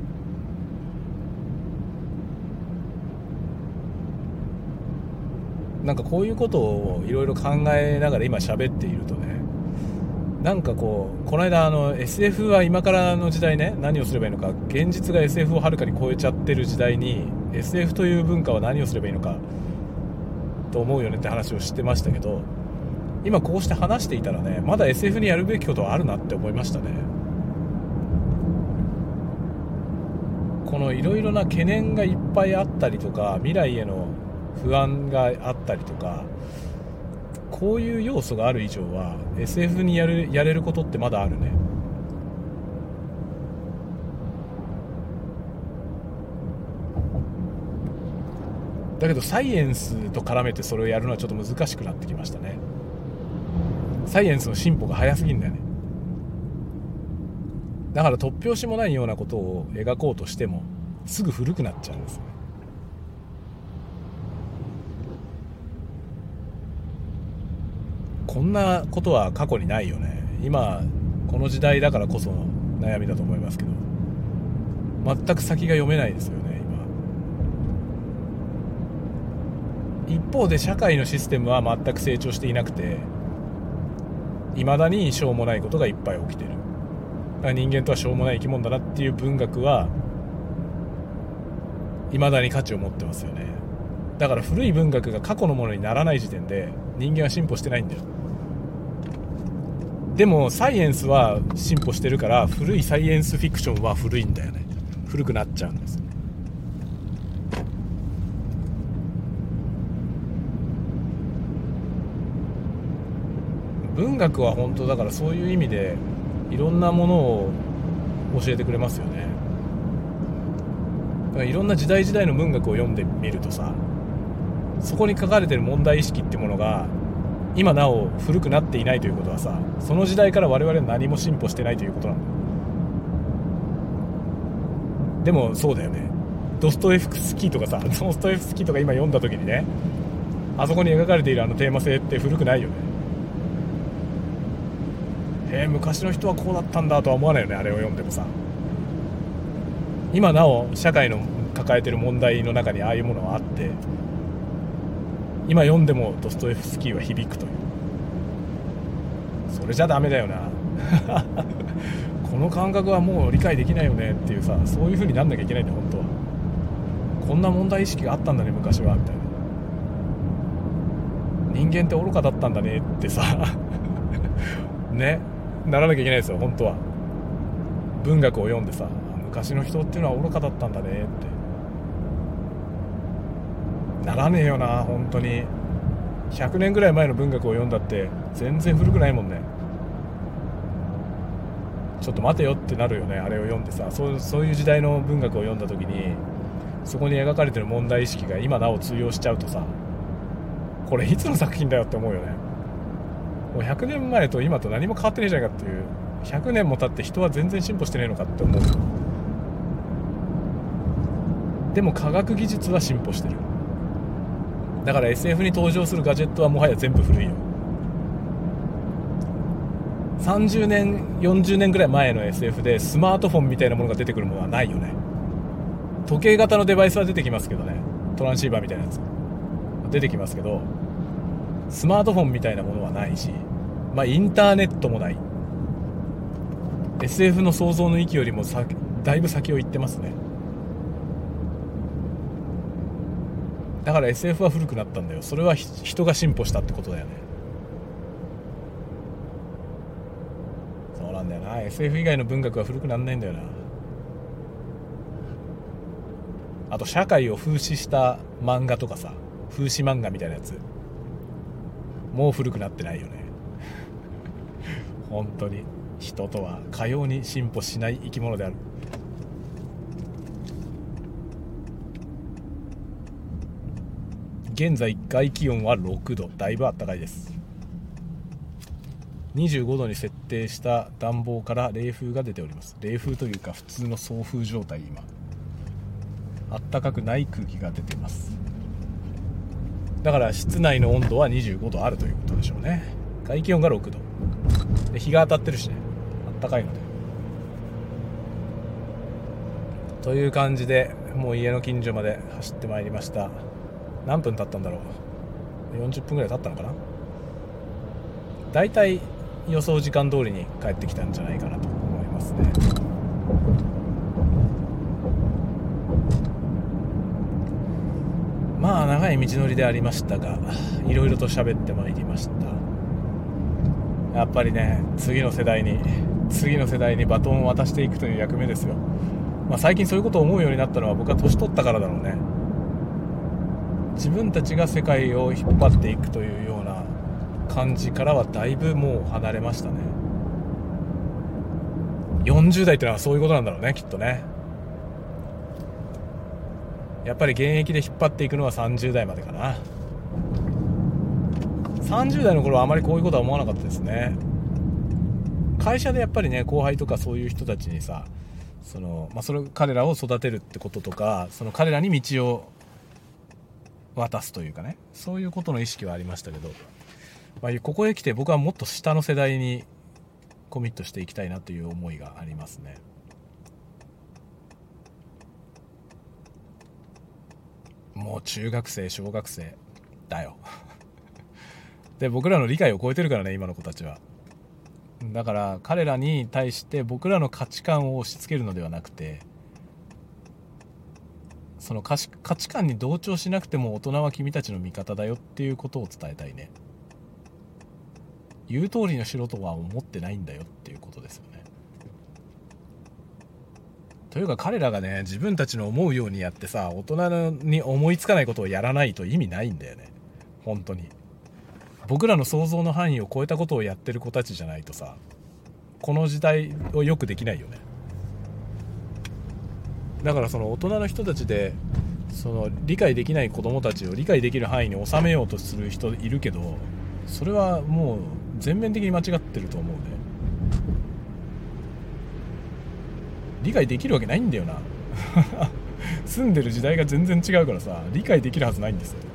なんかこういうことをいろいろ考えながら今喋っているとね、なんかこうこの間あの エスエフ は今からの時代ね、何をすればいいのか、現実が エスエフ をはるかに超えちゃってる時代に エスエフ という文化は何をすればいいのかと思うよねって話をしてましたけど、今こうして話していたらね、まだ エスエフ にやるべきことはあるなって思いましたね。このいろいろな懸念がいっぱいあったりとか、未来への不安があったりとか、こういう要素がある以上は エスエフ にやる、やれることってまだあるね。だけどサイエンスと絡めてそれをやるのはちょっと難しくなってきましたね。サイエンスの進歩が早すぎるんだよね。だから突拍子もないようなことを描こうとしてもすぐ古くなっちゃうんですね。こんなことは過去にないよね。今この時代だからこその悩みだと思いますけど、全く先が読めないですよね今。一方で社会のシステムは全く成長していなくて、未だにしょうもないことがいっぱい起きてる。だから人間とはしょうもない生き物だなっていう文学は未だに価値を持ってますよね。だから古い文学が過去のものにならない時点で人間は進歩してないんだよ。でもサイエンスは進歩してるから、古いサイエンスフィクションは古いんだよね。古くなっちゃうんです。文学は本当だからそういう意味でいろんなものを教えてくれますよね。だからいろんな時代時代の文学を読んでみるとさ、そこに書かれてる問題意識ってものが今なお古くなっていないということはさ、その時代から我々は何も進歩してないということなんだよ。でもそうだよね、ドストエフスキーとかさ、ドストエフスキーとか今読んだ時にね、あそこに描かれているあのテーマ性って古くないよね。へえ、昔の人はこうだったんだとは思わないよね、あれを読んでもさ。今なお社会の抱えてる問題の中にああいうものはあって、今読んでもドストエフスキーは響くという。それじゃダメだよなこの感覚はもう理解できないよねっていうさ、そういう風になんなきゃいけないんだよ本当は。こんな問題意識があったんだね昔はみたいな、人間って愚かだったんだねってさね、ならなきゃいけないですよ本当は。文学を読んでさ、昔の人っていうのは愚かだったんだねってならねえよな本当に。ひゃくねんぐらい前の文学を読んだって全然古くないもんね。ちょっと待てよってなるよね、あれを読んでさ。そう、そういう時代の文学を読んだ時にそこに描かれてる問題意識が今なお通用しちゃうとさ、これいつの作品だよって思うよね。もうひゃくねんまえと今と何も変わってねえじゃないかっていう。ひゃくねんも経って人は全然進歩してねえのかって思う。でも科学技術は進歩してる。だから エスエフ に登場するガジェットはもはや全部古いよ。さんじゅうねんよんじゅうねんぐらい前の エスエフ でスマートフォンみたいなものが出てくるものはないよね。時計型のデバイスは出てきますけどね、トランシーバーみたいなやつ出てきますけど、スマートフォンみたいなものはないし、まあインターネットもない。 エスエフ の想像の域よりもさだいぶ先を行ってますね。だから エスエフ は古くなったんだよ。それは人が進歩したってことだよね。そうなんだよな、 エスエフ 以外の文学は古くなんないんだよな。あと社会を風刺した漫画とかさ、風刺漫画みたいなやつもう古くなってないよね本当に。 人とはかように進歩しない生き物である。現在外気温はろくど、だいぶ暖かいです。にじゅうごどに設定した暖房から冷風が出ております。冷風というか普通の送風状態。今暖かくない空気が出ています。だから室内の温度はにじゅうごどあるということでしょうね。外気温がろくどで、日が当たってるしね、暖かいので。という感じで、もう家の近所まで走ってまいりました。何分経ったんだろう。よんじゅっぷんぐらい経ったのかな。だいたい予想時間通りに帰ってきたんじゃないかなと思いますね。まあ長い道のりでありましたが、いろいろと喋ってまいりました。やっぱりね、次の世代に次の世代にバトンを渡していくという役目ですよ。まあ、最近そういうことを思うようになったのは僕は年取ったからだろうね。自分たちが世界を引っ張っていくというような感じからはだいぶもう離れましたね。よんじゅう代ってのはそういうことなんだろうね、きっとね。やっぱり現役で引っ張っていくのはさんじゅう代までかな。さんじゅう代の頃はあまりこういうことは思わなかったですね。会社でやっぱりね、後輩とかそういう人たちにさ、その、まあ、それ彼らを育てるってこととか、その彼らに道を渡すというかね、そういうことの意識はありましたけど、まあ、ここへ来て僕はもっと下の世代にコミットしていきたいなという思いがありますね。もう中学生小学生だよで、僕らの理解を超えてるからね、今の子たちは。だから彼らに対して僕らの価値観を押し付けるのではなくて、その価値観に同調しなくても大人は君たちの味方だよっていうことを伝えたいね。言う通りのしろとは思ってないんだよっていうことですよね。というか彼らがね、自分たちの思うようにやってさ、大人に思いつかないことをやらないと意味ないんだよね。本当に僕らの想像の範囲を超えたことをやってる子たちじゃないとさ、この時代をよくできないよね。だからその大人の人たちで、その理解できない子供たちを理解できる範囲に収めようとする人いるけど、それはもう全面的に間違ってると思うね。理解できるわけないんだよな住んでる時代が全然違うからさ、理解できるはずないんですよ。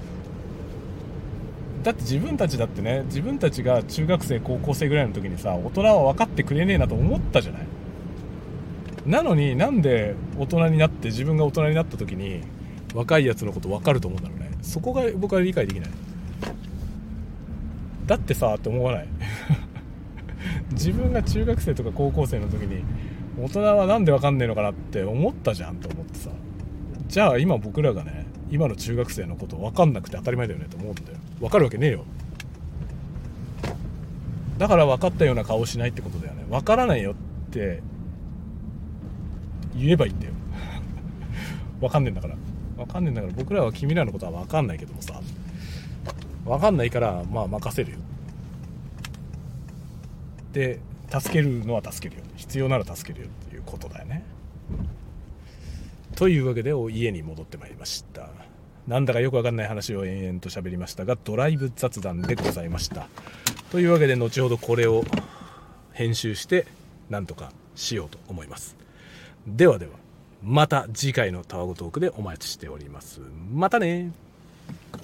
だって自分たちだってね、自分たちが中学生高校生ぐらいの時にさ、大人は分かってくれねえなと思ったじゃない。なのになんで大人になって、自分が大人になった時に若いやつのこと分かると思うんだろうね。そこが僕は理解できない。だってさって思わない自分が中学生とか高校生の時に大人はなんで分かんねえのかなって思ったじゃんと思ってさ、じゃあ今僕らがね、今の中学生のこと分かんなくて当たり前だよねと思うんだよ。分かるわけねえよ。だから分かったような顔しないってことだよね。分からないよって言えばいいんだよ分かんねえんだから。分かんねえんだから僕らは君らのことは分かんないけどもさ、分かんないからまあ任せるよ。で、助けるのは助けるよ。必要なら助けるよっていうことだよね。というわけで家に戻ってまいりました。なんだかよくわかんない話を延々と喋りましたが、ドライブ雑談でございました。というわけで後ほどこれを編集してなんとかしようと思います。ではではまた次回のタワゴトークでお待ちしております。またね。